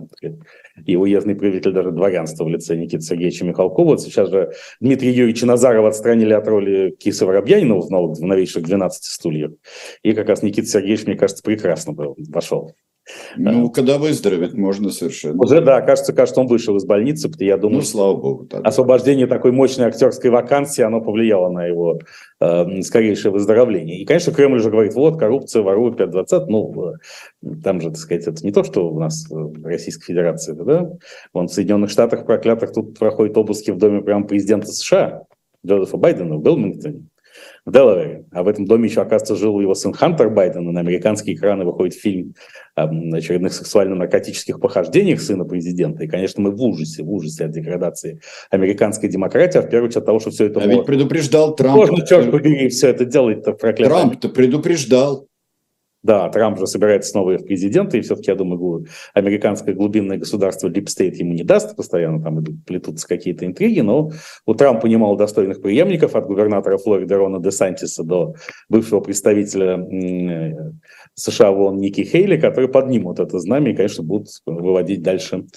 и уездный правитель даже дворянства в лице Никиты Сергеевича Михалкова. Вот сейчас же Дмитрия Юрьевича Назарова отстранили от роли Киса Воробьянинова в новых, в новейших двенадцати стульях. И как раз Никита Сергеевич, мне кажется, прекрасно был, вошел. Ну, когда выздоровеет, можно совершенно. Уже, да, кажется, кажется, он вышел из больницы, я думаю, ну, слава богу. Тогда. Освобождение такой мощной актерской вакансии, оно повлияло на его э, скорейшее выздоровление. И, конечно, Кремль же говорит, вот, коррупция, воруют пять двадцать, ну, там же, так сказать, это не то, что у нас в Российской Федерации, да, вон в Соединенных Штатах проклятых тут проходят обыски в доме прямо президента США, Джозефа Байдена в Белмингтоне, в Делавере. А в этом доме еще, оказывается, жил его сын Хантер Байден, и на американские экраны выходит фильм о очередных сексуально-наркотических похождениях сына президента. И, конечно, мы в ужасе, в ужасе от деградации американской демократии, а в первую очередь от того, что все это... А ведь предупреждал Трамп. Можно, черт побери, все это делать-то проклятое. Трамп-то предупреждал. Да, Трамп же собирается снова в президенты, и все-таки, я думаю, американское глубинное государство Deep State ему не даст, постоянно там идут, плетутся какие-то интриги, но у Трампа немало достойных преемников, от губернатора Флориды Рона де Сантиса до бывшего представителя США в ООН Ники Хейли, которые поднимут это знамя и, конечно, будут выводить дальше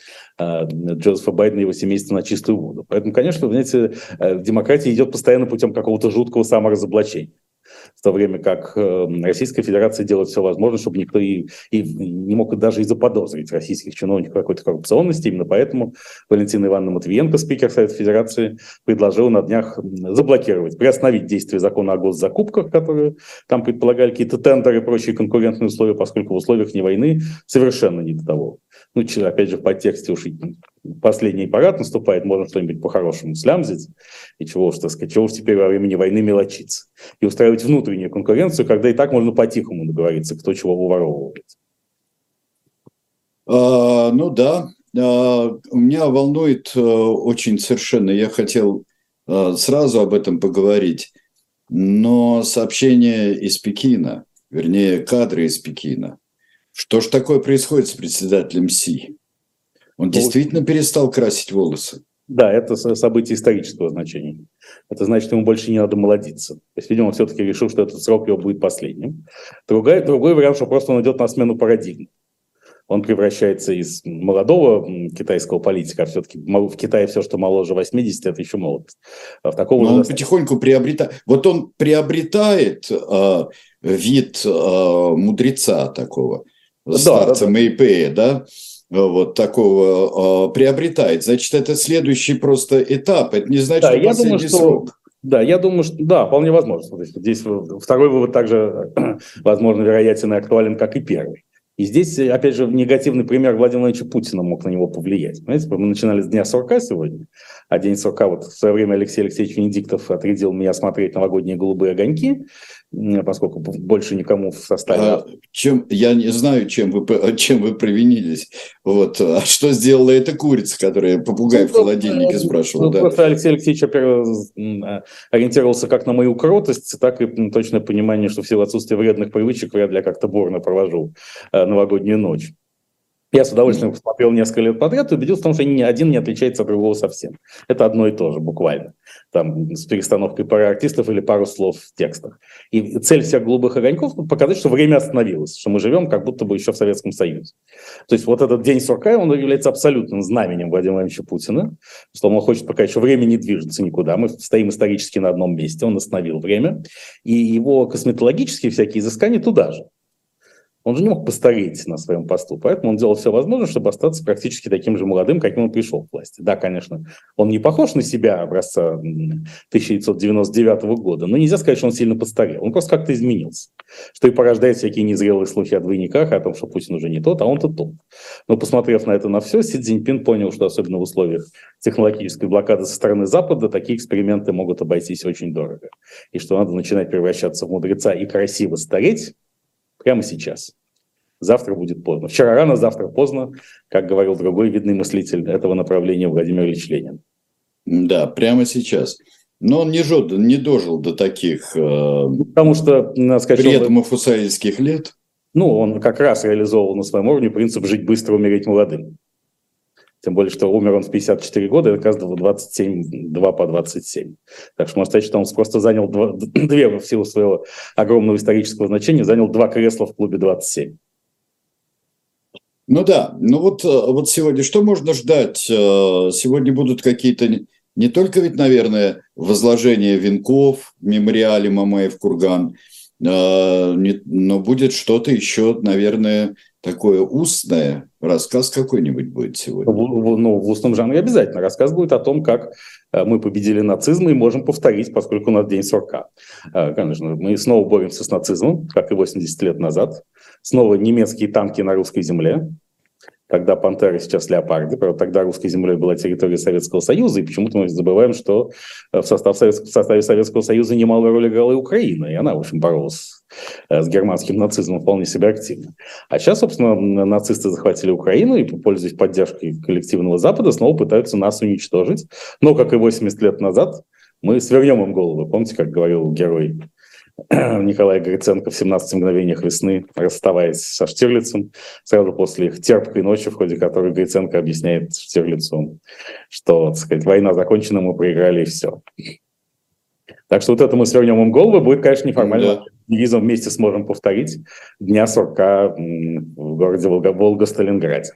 Джозефа Байдена и его семейство на чистую воду. Поэтому, конечно, вы знаете, демократия идет постоянно путем какого-то жуткого саморазоблачения. В то время как э, Российская Федерация делает все возможное, чтобы никто и, и не мог даже и заподозрить российских чиновников какой-то коррупционности. Именно поэтому Валентина Ивановна Матвиенко, спикер Совета Федерации, предложила на днях заблокировать, приостановить действие закона о госзакупках, которые там предполагали какие-то тендеры и прочие конкурентные условия, поскольку в условиях не войны совершенно не до того. ну, опять же, в подтексте уж последний парад наступает, можно что-нибудь по-хорошему слямзить, и чего уж, так сказать, чего уж теперь во времени войны мелочиться. И устраивать внутреннюю конкуренцию, когда и так можно по-тихому договориться, кто чего выворовывает. А, ну да, а, меня волнует а, очень совершенно, я хотел а, сразу об этом поговорить, но сообщение из Пекина, вернее, кадры из Пекина. Что ж такое происходит с председателем Си? Он действительно перестал красить волосы? Да, это событие исторического значения. Это значит, ему больше не надо молодиться. То есть, видимо, он все-таки решил, что этот срок его будет последним. Другой, другой вариант, что просто он идет на смену парадигмы. Он превращается из молодого китайского политика, а все-таки в Китае все, что моложе восьмидесяти, это еще молодость. А в такого Но он достаточно... потихоньку приобретает. Вот он приобретает э, вид э, мудреца такого, да, старца да, да. Мэйпэя, да? Вот такого э, приобретает. Значит, это следующий просто этап. Это не значит, Да, что я последний думаю, что... срок. Да, я думаю, что да, вполне возможно. То есть, здесь второй вывод также, возможно, вероятен и актуален, как и первый. И здесь, опять же, негативный пример Владимира Владимировича Путина мог на него повлиять. Понимаете, мы начинали с дня сурка сегодня, а день сурка, вот в свое время Алексей Алексеевич Венедиктов отрядил меня смотреть новогодние голубые огоньки, поскольку больше никому в составе... А чем, я не знаю, чем вы, чем вы провинились. Вот. А что сделала эта курица, которая попугай в холодильнике спрашивала? Ну, да. Просто Алексей Алексеевич, во-первых, ориентировался как на мою кротость, так и точное понимание, что в силу отсутствия вредных привычек вряд ли я как-то бурно провожу новогоднюю ночь. Я с удовольствием посмотрел несколько лет подряд и убедился в том, что ни один не отличается от другого совсем. Это одно и то же, буквально. Там с перестановкой пары артистов или пару слов в текстах. И цель всех голубых огоньков – показать, что время остановилось, что мы живем как будто бы еще в Советском Союзе. То есть вот этот день сурка, он является абсолютным знаменем Владимира Владимировича Путина, что он хочет показать, что время не движется никуда, мы стоим исторически на одном месте, он остановил время, и его косметологические всякие изыскания туда же. Он же не мог постареть на своем посту, поэтому он делал все возможное, чтобы остаться практически таким же молодым, каким он пришел к власти. Да, конечно, он не похож на себя образца тысяча девятьсот девяносто девятого года, но нельзя сказать, что он сильно постарел. Он просто как-то изменился, что и порождает всякие незрелые слухи о двойниках, о том, что Путин уже не тот, а он-то тот. Но посмотрев на это на все, Си Цзиньпин понял, что особенно в условиях технологической блокады со стороны Запада такие эксперименты могут обойтись очень дорого. И что надо начинать превращаться в мудреца и красиво стареть прямо сейчас. Завтра будет поздно. Вчера рано, завтра поздно, как говорил другой видный мыслитель этого направления Владимир Ильич Ленин. Да, прямо сейчас. Но он не, жил, не дожил до таких э, Потому что, надо сказать, предмафусаильских лет. Ну, он как раз реализовывал на своем уровне принцип «жить быстро, умереть молодым». Тем более, что умер он в пятьдесят четыре года, это как раз двадцать семь, два по двадцать семь. Так что можно сказать, что он просто занял два, две, в силу своего огромного исторического значения, занял два кресла в клубе двадцать семь. Ну да, ну вот, вот сегодня что можно ждать? Сегодня будут какие-то не только ведь, наверное, возложение венков в мемориале Мамаев-Курган, но будет что-то еще, наверное, такое устное. Рассказ какой-нибудь будет сегодня. В, ну, в устном жанре обязательно. Рассказ будет о том, как мы победили нацизм и можем повторить, поскольку у нас день сурка. Конечно, мы снова боремся с нацизмом, как и восемьдесят лет назад. Снова немецкие танки на русской земле. Тогда пантеры, сейчас леопарды. Тогда русской землей была территория Советского Союза, и почему-то мы забываем, что в, состав Совет... в составе Советского Союза немалую роль играла и Украина, и она, в общем, боролась с германским нацизмом вполне себе активно. А сейчас, собственно, нацисты захватили Украину и, пользуясь поддержкой коллективного Запада, снова пытаются нас уничтожить. Но, как и восемьдесят лет назад, мы свернем им голову. Помните, как говорил герой Николай Гриценко в «семнадцати мгновениях весны», расставаясь со Штирлицем, сразу после их терпкой ночи, в ходе которой Гриценко объясняет Штирлицу, что, так сказать, война закончена, мы проиграли, и все. Так что вот это мы свернем им голову, будет, конечно, неформально. Да. Девизом вместе сможем повторить дня сурка в городе Волго-Сталинграде.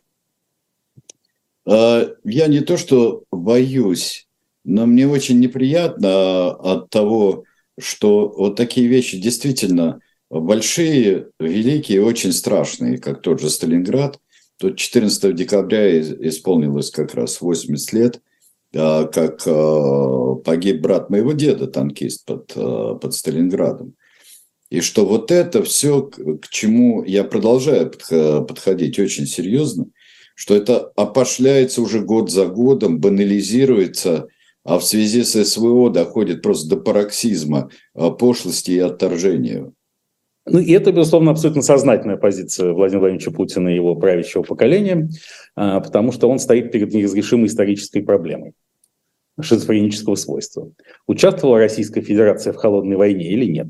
Я не то что боюсь, но мне очень неприятно от того, что вот такие вещи действительно большие, великие, очень страшные, как тот же Сталинград. Тут четырнадцатого декабря исполнилось как раз восемьдесят лет, как погиб брат моего деда, танкист под, под Сталинградом. И что вот это все, к чему я продолжаю подходить очень серьезно, что это опошляется уже год за годом, банализируется, а в связи с СВО доходит просто до пароксизма пошлости и отторжения. Ну, и это, безусловно, абсолютно сознательная позиция Владимира Владимировича Путина и его правящего поколения, потому что он стоит перед неразрешимой исторической проблемой шизофренического свойства. Участвовала Российская Федерация в холодной войне или нет?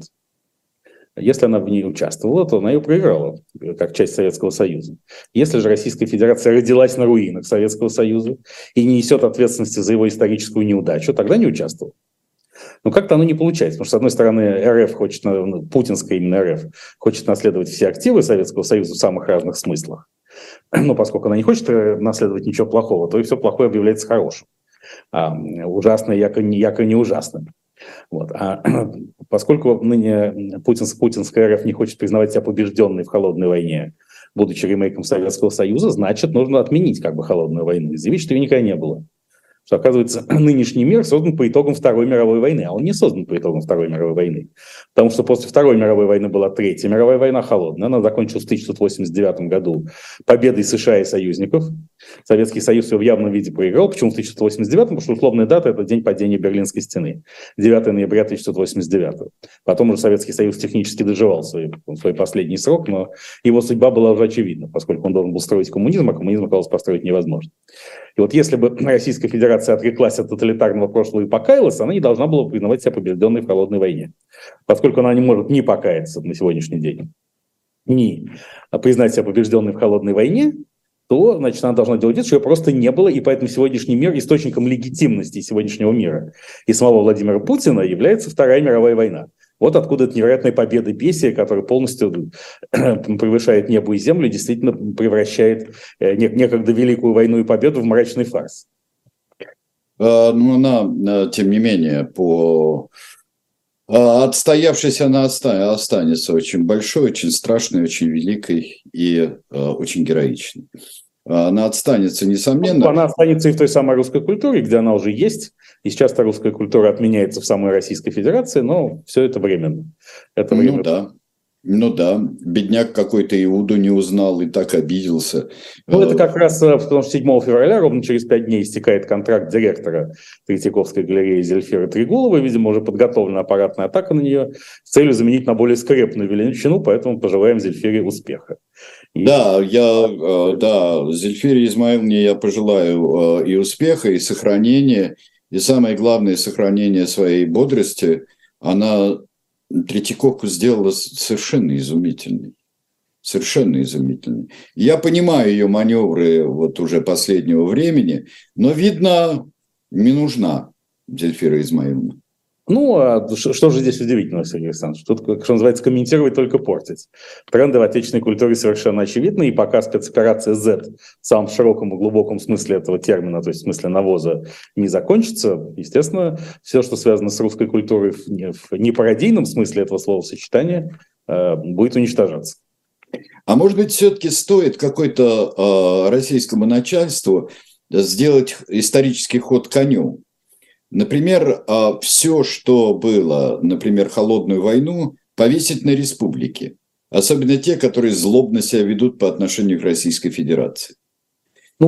Если она в ней участвовала, то она ее проиграла, как часть Советского Союза. Если же Российская Федерация родилась на руинах Советского Союза и не несет ответственности за его историческую неудачу, тогда не участвовала. Но как-то оно не получается, потому что, с одной стороны, РФ хочет, ну, путинская именно РФ, хочет наследовать все активы Советского Союза в самых разных смыслах. Но поскольку она не хочет наследовать ничего плохого, то и все плохое объявляется хорошим. А ужасное якобы не, якобы не ужасным. Вот. А поскольку ныне путинск, путинская РФ не хочет признавать себя побежденной в холодной войне, будучи ремейком Советского Союза, значит, нужно отменить как бы холодную войну и заявить, что ее никогда не было. Что, оказывается, нынешний мир создан по итогам Второй мировой войны, а он не создан по итогам Второй мировой войны. Потому что после Второй мировой войны была Третья мировая война холодная, она закончилась в тысяча девятьсот восемьдесят девятом году победой США и союзников. Советский Союз ее в явном виде проиграл. Почему в тысяча девятьсот восемьдесят девятом? Потому что условная дата – это день падения Берлинской стены, девятого ноября тысяча девятьсот восемьдесят девятого. Потом уже Советский Союз технически доживал свой, свой последний срок, но его судьба была уже очевидна, поскольку он должен был строить коммунизм, а коммунизм оказалось построить невозможно. И вот если бы Российская Федерация отреклась от тоталитарного прошлого и покаялась, она не должна была признавать себя побежденной в холодной войне. Поскольку она не может ни покаяться на сегодняшний день, ни признать себя побежденной в холодной войне, то, значит, она должна делать вид, что ее просто не было, и поэтому сегодняшний мир источником легитимности сегодняшнего мира и самого Владимира Путина является Вторая мировая война. Вот откуда эта невероятная победа Бесия, которая полностью превышает небо и землю, действительно превращает некогда великую войну и победу в мрачный фарс. Ну, она, тем не менее, по отстоявшейся она останется очень большой, очень страшной, очень великой и очень героичной. Она останется, несомненно. Она останется и в той самой русской культуре, где она уже есть. И сейчас русская культура отменяется в самой Российской Федерации, но все это временно. Это время... Ну да. Ну да, бедняк какой-то Иуду не узнал и так обиделся. Ну это как раз, потому что седьмого февраля, ровно через пять дней, истекает контракт директора Третьяковской галереи Зельфиры Трегуловой. Видимо, уже подготовлена аппаратная атака на нее с целью заменить на более скрепную величину, поэтому пожелаем Зельфире успеха. И... Да, я, да, Зельфире Измаиловне я пожелаю и успеха, и сохранения, и самое главное, сохранения своей бодрости. Она Третьяковку сделала совершенно изумительной. Совершенно изумительной. Я понимаю ее маневры вот уже последнего времени, но, видно, не нужна Зельфира Измаиловна. Ну, а что же здесь удивительного, Сергей Александрович? Тут, что называется, комментировать только портить. Тренды в отечественной культуре совершенно очевидны, и пока спецоперация Z в самом широком и глубоком смысле этого термина, то есть в смысле навоза, не закончится, естественно, все, что связано с русской культурой в непародийном смысле этого словосочетания, будет уничтожаться. А может быть, все-таки стоит какой-то э, российскому начальству сделать исторический ход коню? Например, все, что было, например, холодную войну, повесить на республики. Особенно те, которые злобно себя ведут по отношению к Российской Федерации. Ну,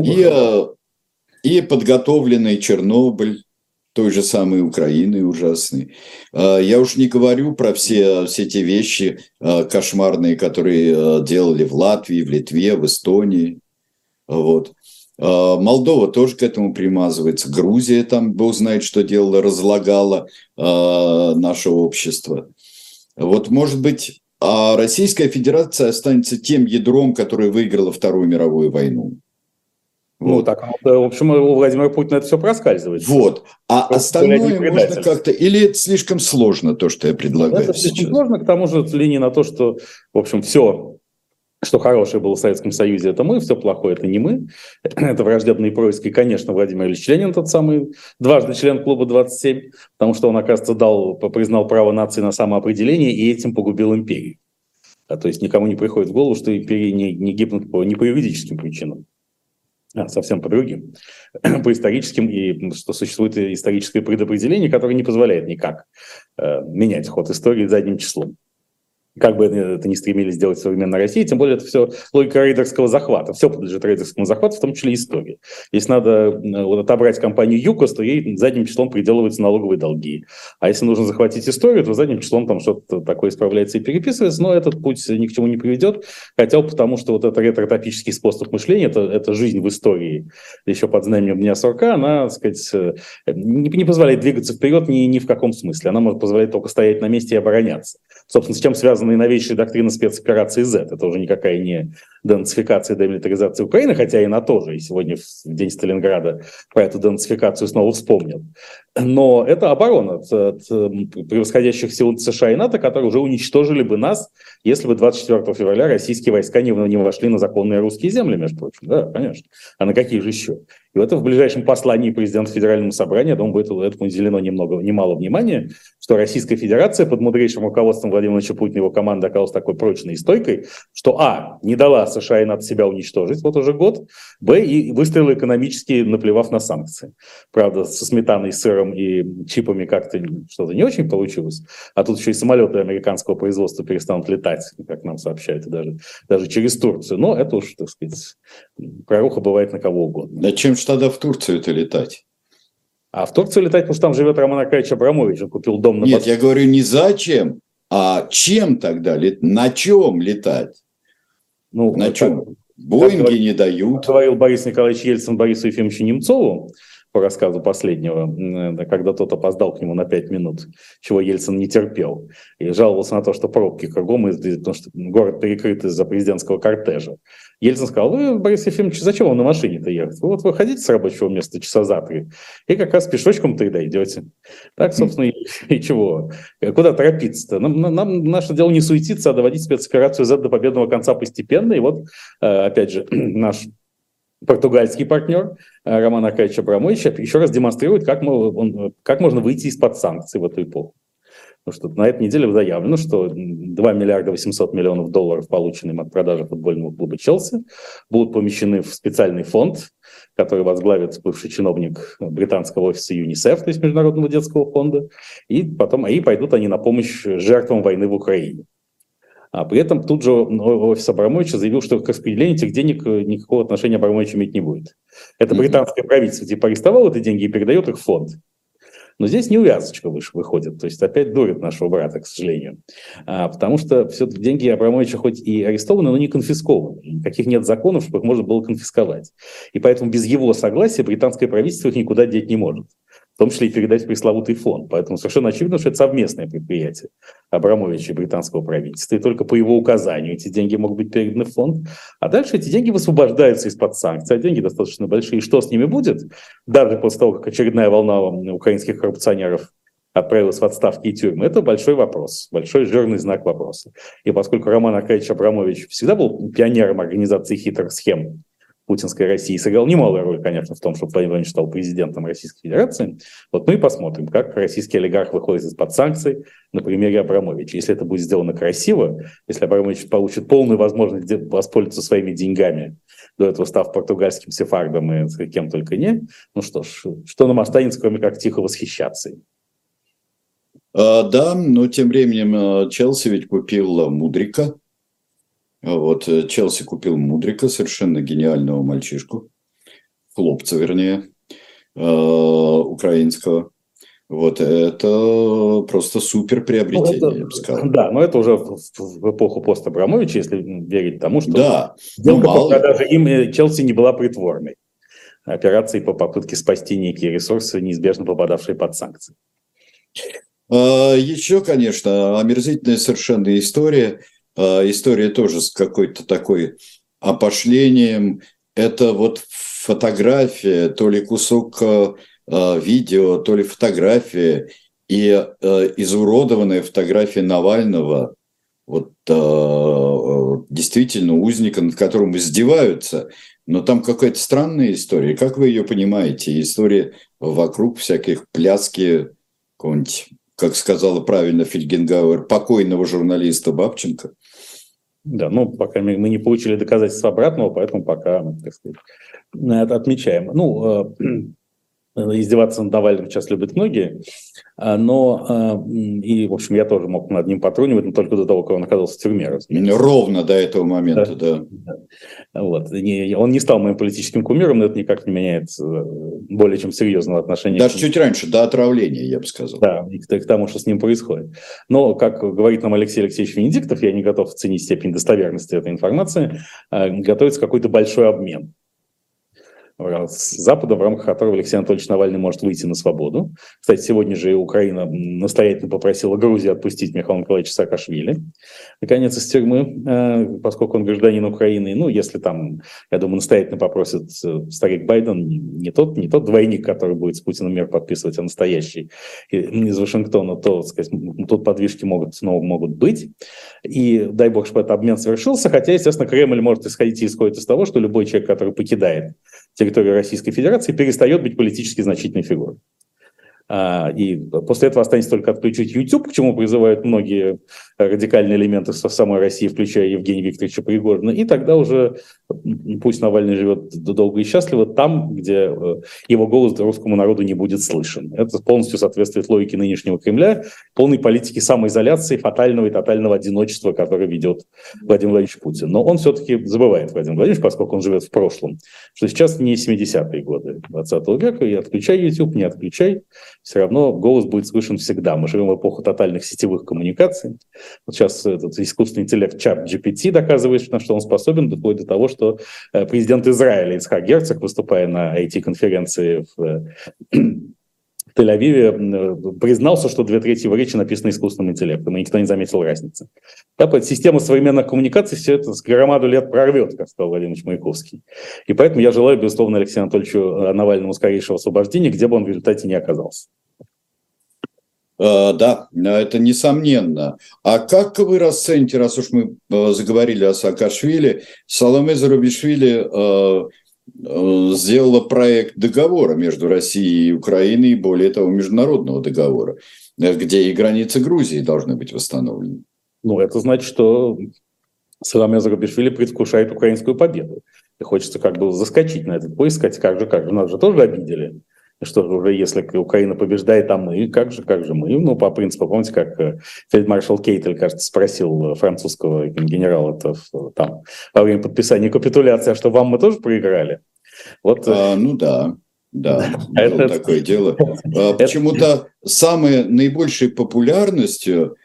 и, и подготовленный Чернобыль, той же самой Украины ужасный. Я уж не говорю про все, все те вещи кошмарные, которые делали в Латвии, в Литве, в Эстонии. Вот. Молдова тоже к этому примазывается. Грузия там, бог знает, что делала, разлагала э, наше общество. Вот, может быть, а Российская Федерация останется тем ядром, которое выиграло Вторую мировую войну. Ну, вот. Так, в общем, у Владимира Путина это все проскальзывает. Вот. А просто остальное можно как-то... Или это слишком сложно, то, что я предлагаю это сейчас? Слишком сложно, к тому же, с линии на то, что, в общем, все... Что хорошее было в Советском Союзе, это мы, все плохое, это не мы. Это враждебные происки, конечно, Владимир Ильич Ленин, тот самый дважды член клуба двадцать семь, потому что он, оказывается, дал, признал право нации на самоопределение и этим погубил империю. А, то есть никому не приходит в голову, что империи не, не гибнут по, не по юридическим причинам, а совсем по другим. По историческим, и что существует историческое предопределение, которое не позволяет никак э, менять ход истории задним числом. как бы это ни стремились сделать в современной России, тем более это все логика рейдерского захвата. Все подлежит рейдерскому захвату, в том числе истории. Если надо вот, отобрать компанию ЮКОС, то ей задним числом приделываются налоговые долги. А если нужно захватить историю, то задним числом там что-то такое исправляется и переписывается, но этот путь ни к чему не приведет, хотя бы потому, что вот этот ретро-топический способ мышления, это, это жизнь в истории, еще под знаменем Дня сурка, она, так сказать, не, не позволяет двигаться вперед ни, ни в каком смысле. Она может позволять только стоять на месте и обороняться. Собственно, с чем связана и новейшая доктрина спецоперации Z. Это уже никакая не денацификация, демилитаризация Украины, хотя и на то же. И сегодня, в день Сталинграда, про эту денацификацию снова вспомнят. Но это оборона от, от превосходящих сил США и НАТО, которые уже уничтожили бы нас, если бы двадцать четвёртого февраля российские войска не, не вошли на законные русские земли, между прочим. Да, конечно. А на какие же еще? И это в ближайшем послании президента Федеральному собранию, я думаю, будет этому уделено немного, немало внимания, что Российская Федерация под мудрейшим руководством Владимира Владимировича Путина и его команды оказалась такой прочной и стойкой, что а. не дала США и НАТО себя уничтожить вот уже год, б. и выстрелила экономически, наплевав на санкции. Правда, со сметаной, сыром и чипами как-то что-то не очень получилось, а тут еще и самолеты американского производства перестанут летать, как нам сообщают, и даже, даже через Турцию. Но это уж, так сказать, проруха бывает на кого угодно. Зачем же тогда в Турцию-то летать? А в Турцию летать, потому что там живет Роман Аркадьевич Абрамович, он купил дом на... Нет, Бос... я говорю не зачем, а чем тогда, на чем летать? Ну, на чем? Как, Боинги как не дают. Как говорил Борис Николаевич Ельцин Борису Ефимовичу Немцову, по рассказу последнего, когда тот опоздал к нему на пять минут, чего Ельцин не терпел, и жаловался на то, что пробки кругом, потому что город перекрыт из-за президентского кортежа. Ельцин сказал: вы, Борис Ефимович, зачем вам на машине-то ехать? Вы вот выходите с рабочего места часа за три, и как раз пешочком-то и дойдете. Так, собственно, и, и чего? Куда торопиться-то? Нам, нам наше дело не суетиться, а доводить спецоперацию Z до победного конца постепенно. И вот, опять же, наш португальский партнер Роман Аркадьевич Абрамович еще раз демонстрирует, как, мы, он, как можно выйти из-под санкций в эту эпоху. Потому что на этой неделе заявлено, что два миллиарда восемьсот миллионов долларов, полученные от продажи футбольного клуба «Челси», будут помещены в специальный фонд, который возглавит бывший чиновник британского офиса ЮНИСЕФ, то есть Международного детского фонда, и потом и пойдут они на помощь жертвам войны в Украине. А при этом тут же офис Абрамовича заявил, что к распределению этих денег никакого отношения Абрамович иметь не будет. Это британское правительство типа арестовало эти деньги и передает их в фонд. Но здесь неувязочка выходит, то есть опять дурит нашего брата, к сожалению. А, потому что все-таки деньги Абрамовича хоть и арестованы, но не конфискованы. Никаких нет законов, чтобы их можно было конфисковать. И поэтому без его согласия британское правительство их никуда деть не может. В том числе и передать в пресловутый фонд. Поэтому совершенно очевидно, что это совместное предприятие Абрамовича и британского правительства. И только по его указанию эти деньги могут быть переданы в фонд. А дальше эти деньги высвобождаются из-под санкций. А деньги достаточно большие. И что с ними будет? Даже после того, как очередная волна украинских коррупционеров отправилась в отставки и тюрьмы, это большой вопрос. Большой жирный знак вопроса. И поскольку Роман Аркадьевич Абрамович всегда был пионером организации хитрых схем путинской России, сыграл немалую роль, конечно, в том, чтобы Владимир Владимирович стал президентом Российской Федерации. Вот мы и посмотрим, как российский олигарх выходит из-под санкций на примере Абрамовича. Если это будет сделано красиво, если Абрамович получит полную возможность воспользоваться своими деньгами, до этого став португальским сефардом и кем только не, ну что ж, что нам останется, кроме как тихо восхищаться им? А, да, но тем временем Челси ведь купил Мудрика. Вот, Челси купил Мудрика, совершенно гениального мальчишку, хлопца, вернее, э, украинского. Вот, это просто супер приобретение, ну, это, я бы сказал. Да, но это уже в, в эпоху пост Абрамовича, если верить тому, что да, сделка по продаже им Челси не была притворной. Операции по попытке спасти некие ресурсы, неизбежно попадавшие под санкции. А, еще, конечно, омерзительная совершенно история. История тоже с какой-то такой опошлением. Это вот фотография, то ли кусок видео, то ли фотография и изуродованная фотография Навального. Вот действительно узника, над которым издеваются. Но там какая-то странная история. Как вы ее понимаете? История вокруг всяких пляски, какого-нибудь, как сказала правильно Фельгенгауэр, покойного журналиста Бабченко. Да, ну, пока мы не получили доказательства обратного, поэтому пока, так сказать, это отмечаем. Ну, издеваться над Навальным сейчас любят многие, но, и, в общем, я тоже мог над ним потрунивать, но только до того, как он оказался в тюрьме, разумеется. Ровно до этого момента, да. да. Вот. Он не стал моим политическим кумиром, но это никак не меняет более чем серьезного отношения. Даже чуть раньше, до отравления, я бы сказал. Да, и к тому, что с ним происходит. Но, как говорит нам Алексей Алексеевич Венедиктов, я не готов оценить степень достоверности этой информации, готовится какой-то большой обмен с Западом, в рамках которого Алексей Анатольевич Навальный может выйти на свободу. Кстати, сегодня же Украина настоятельно попросила Грузию отпустить Михаила Николаевича Саакашвили, наконец, из тюрьмы, поскольку он гражданин Украины. Ну, если там, я думаю, настоятельно попросит старик Байден, не тот, не тот двойник, который будет с Путиным мир подписывать, а настоящий из Вашингтона, то, так сказать, тут подвижки могут, снова могут быть. И дай бог, чтобы этот обмен совершился, хотя, естественно, Кремль может исходить и исходит из того, что любой человек, который покидает территорию Российской Федерации, перестает быть политически значительной фигурой. И после этого останется только отключить YouTube, к чему призывают многие радикальные элементы со самой России, включая Евгения Викторовича Пригожина. И тогда уже пусть Навальный живет долго и счастливо там, где его голос русскому народу не будет слышен. Это полностью соответствует логике нынешнего Кремля, полной политики самоизоляции, фатального и тотального одиночества, которое ведет Владимир Владимирович Путин. Но он все-таки забывает, Владимир Владимирович, поскольку он живет в прошлом, что сейчас не семидесятые годы двадцатого века, и отключай YouTube, не отключай, все равно голос будет слышен всегда. Мы живем в эпоху тотальных сетевых коммуникаций. Вот сейчас этот искусственный интеллект чат джи пи ти доказывает, на что он способен, вплоть до того, что президент Израиля Ицхак Герцог, выступая на ай ти-конференции в Тель-Авиве, признался, что две трети его речи написаны искусственным интеллектом, и никто не заметил разницы. Да, система современных коммуникаций все это с громаду лет прорвет, как сказал Владимир Маяковский. И поэтому я желаю, безусловно, Алексею Анатольевичу Навальному скорейшего освобождения, где бы он в результате не оказался. Uh, да, это несомненно. А как вы расцените, раз уж мы uh, заговорили о Саакашвили, Саломе Зурабишвили uh, uh, сделала проект договора между Россией и Украиной, и более того, международного договора, где и границы Грузии должны быть восстановлены. Ну, это значит, что Саломе Зурабишвили предвкушает украинскую победу. И хочется как бы заскочить на этот поезд, сказать, как же, как же, нас же тоже обидели. Что же уже, если Украина побеждает, а мы, как же, как же мы? Ну, по принципу, помните, как фельдмаршал Кейтель, кажется, спросил французского генерала там во время подписания капитуляции, а что, вам мы тоже проиграли? Вот. А, ну да, да, было это, такое дело. Это, Почему-то самой наибольшей популярностью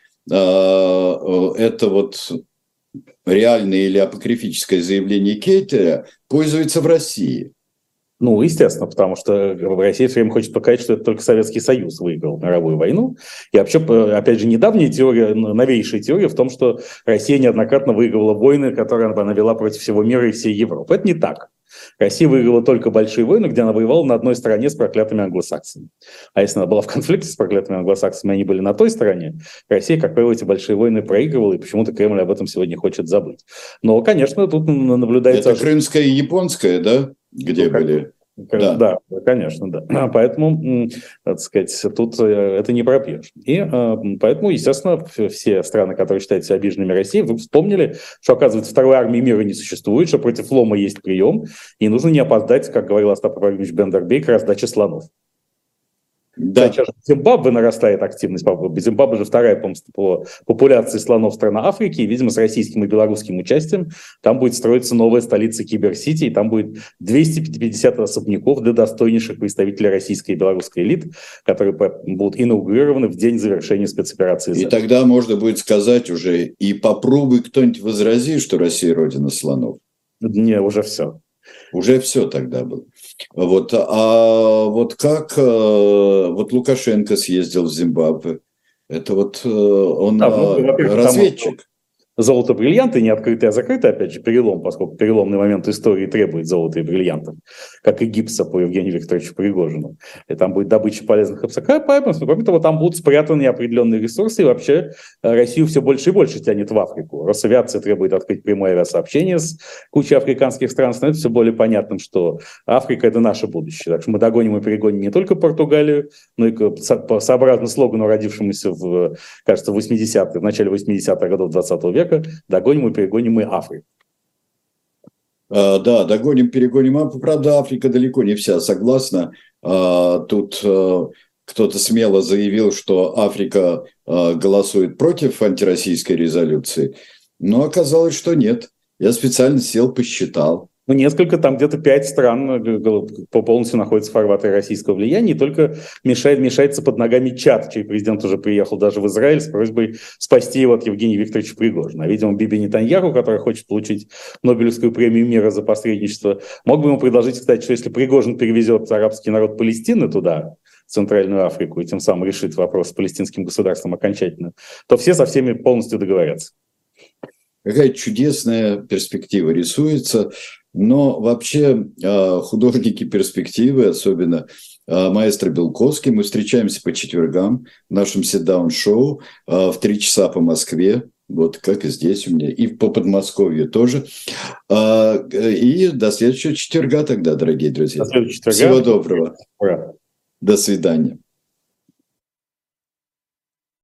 а, это вот реальное или апокрифическое заявление Кейтеля пользуется в России. Ну, естественно, потому что Россия все время хочет показать, что это только Советский Союз выиграл мировую войну. И вообще, опять же, недавняя теория, новейшая теория в том, что Россия неоднократно выигрывала войны, которые она вела против всего мира и всей Европы. Это не так. Россия выиграла только большие войны, где она воевала на одной стороне с проклятыми англосаксами. А если она была в конфликте с проклятыми англосаксами, они были на той стороне, Россия, как правило, эти большие войны проигрывала, и почему-то Кремль об этом сегодня хочет забыть. Но, конечно, тут наблюдается... Это крымская и японская, да? Где ну, были... Да. да, конечно, да. Поэтому, так сказать, тут это не пропьешь. И поэтому, естественно, все страны, которые считают себя обиженными Россией, вдруг вспомнили, что, оказывается, второй армии мира не существует, что против лома есть прием, и нужно не опоздать, как говорил Остап Ибрагимович Бендербей, к раздаче слонов. Да. Сейчас в Зимбабве нарастает активность. Зимбабве же вторая по, по популяции слонов страна Африки. И, видимо, с российским и белорусским участием там будет строиться новая столица Киберсити. И там будет двести пятьдесят особняков для достойнейших представителей российской и белорусской элит, которые будут инаугурированы в день завершения спецоперации. И тогда можно будет сказать уже, и попробуй кто-нибудь возрази, что Россия родина слонов. Не, уже все. Уже все тогда было. Вот, а вот как вот Лукашенко съездил в Зимбабве, это вот он да, ну, разведчик. Золото, бриллианты, не открытые, а закрытые, опять же, перелом, поскольку переломный момент истории требует золота и бриллиантов, как и гипса по Евгению Викторовичу Пригожину. И там будет добыча полезных обсакаев, кроме того, там будут спрятаны определенные ресурсы, и вообще Россию все больше и больше тянет в Африку. Росавиация требует открыть прямое авиасообщение с кучей африканских стран, становится все более понятным, что Африка – это наше будущее. Так что мы догоним и перегоним не только Португалию, но и сообразно слогану, родившемуся в, кажется, в восьмидесятых, в начале восьмидесятых годов двадцатого века, догоним и перегоним мы Африку. А, да, догоним, перегоним. А, правда, Африка далеко не вся согласна. Тут кто-то смело заявил, что Африка голосует против антироссийской резолюции, но оказалось, что нет. Я специально сел, посчитал. Ну, несколько, там где-то пять стран полностью находятся в фарватере российского влияния, и только мешает, мешается под ногами Чад, чей президент уже приехал даже в Израиль с просьбой спасти его от Евгения Викторовича Пригожина. А, видимо, Биби Нетаньяху, который хочет получить Нобелевскую премию мира за посредничество, мог бы ему предложить, кстати, что если Пригожин перевезет арабский народ Палестины туда, в Центральную Африку, и тем самым решит вопрос с палестинским государством окончательно, то все со всеми полностью договорятся. Какая чудесная перспектива рисуется. Но вообще художники перспективы, особенно маэстро Белковский, мы встречаемся по четвергам в нашем sit-down-шоу в три часа по Москве, вот как и здесь у меня, и по Подмосковью тоже. И до следующего четверга тогда, дорогие друзья. Всего доброго. Ура. До свидания.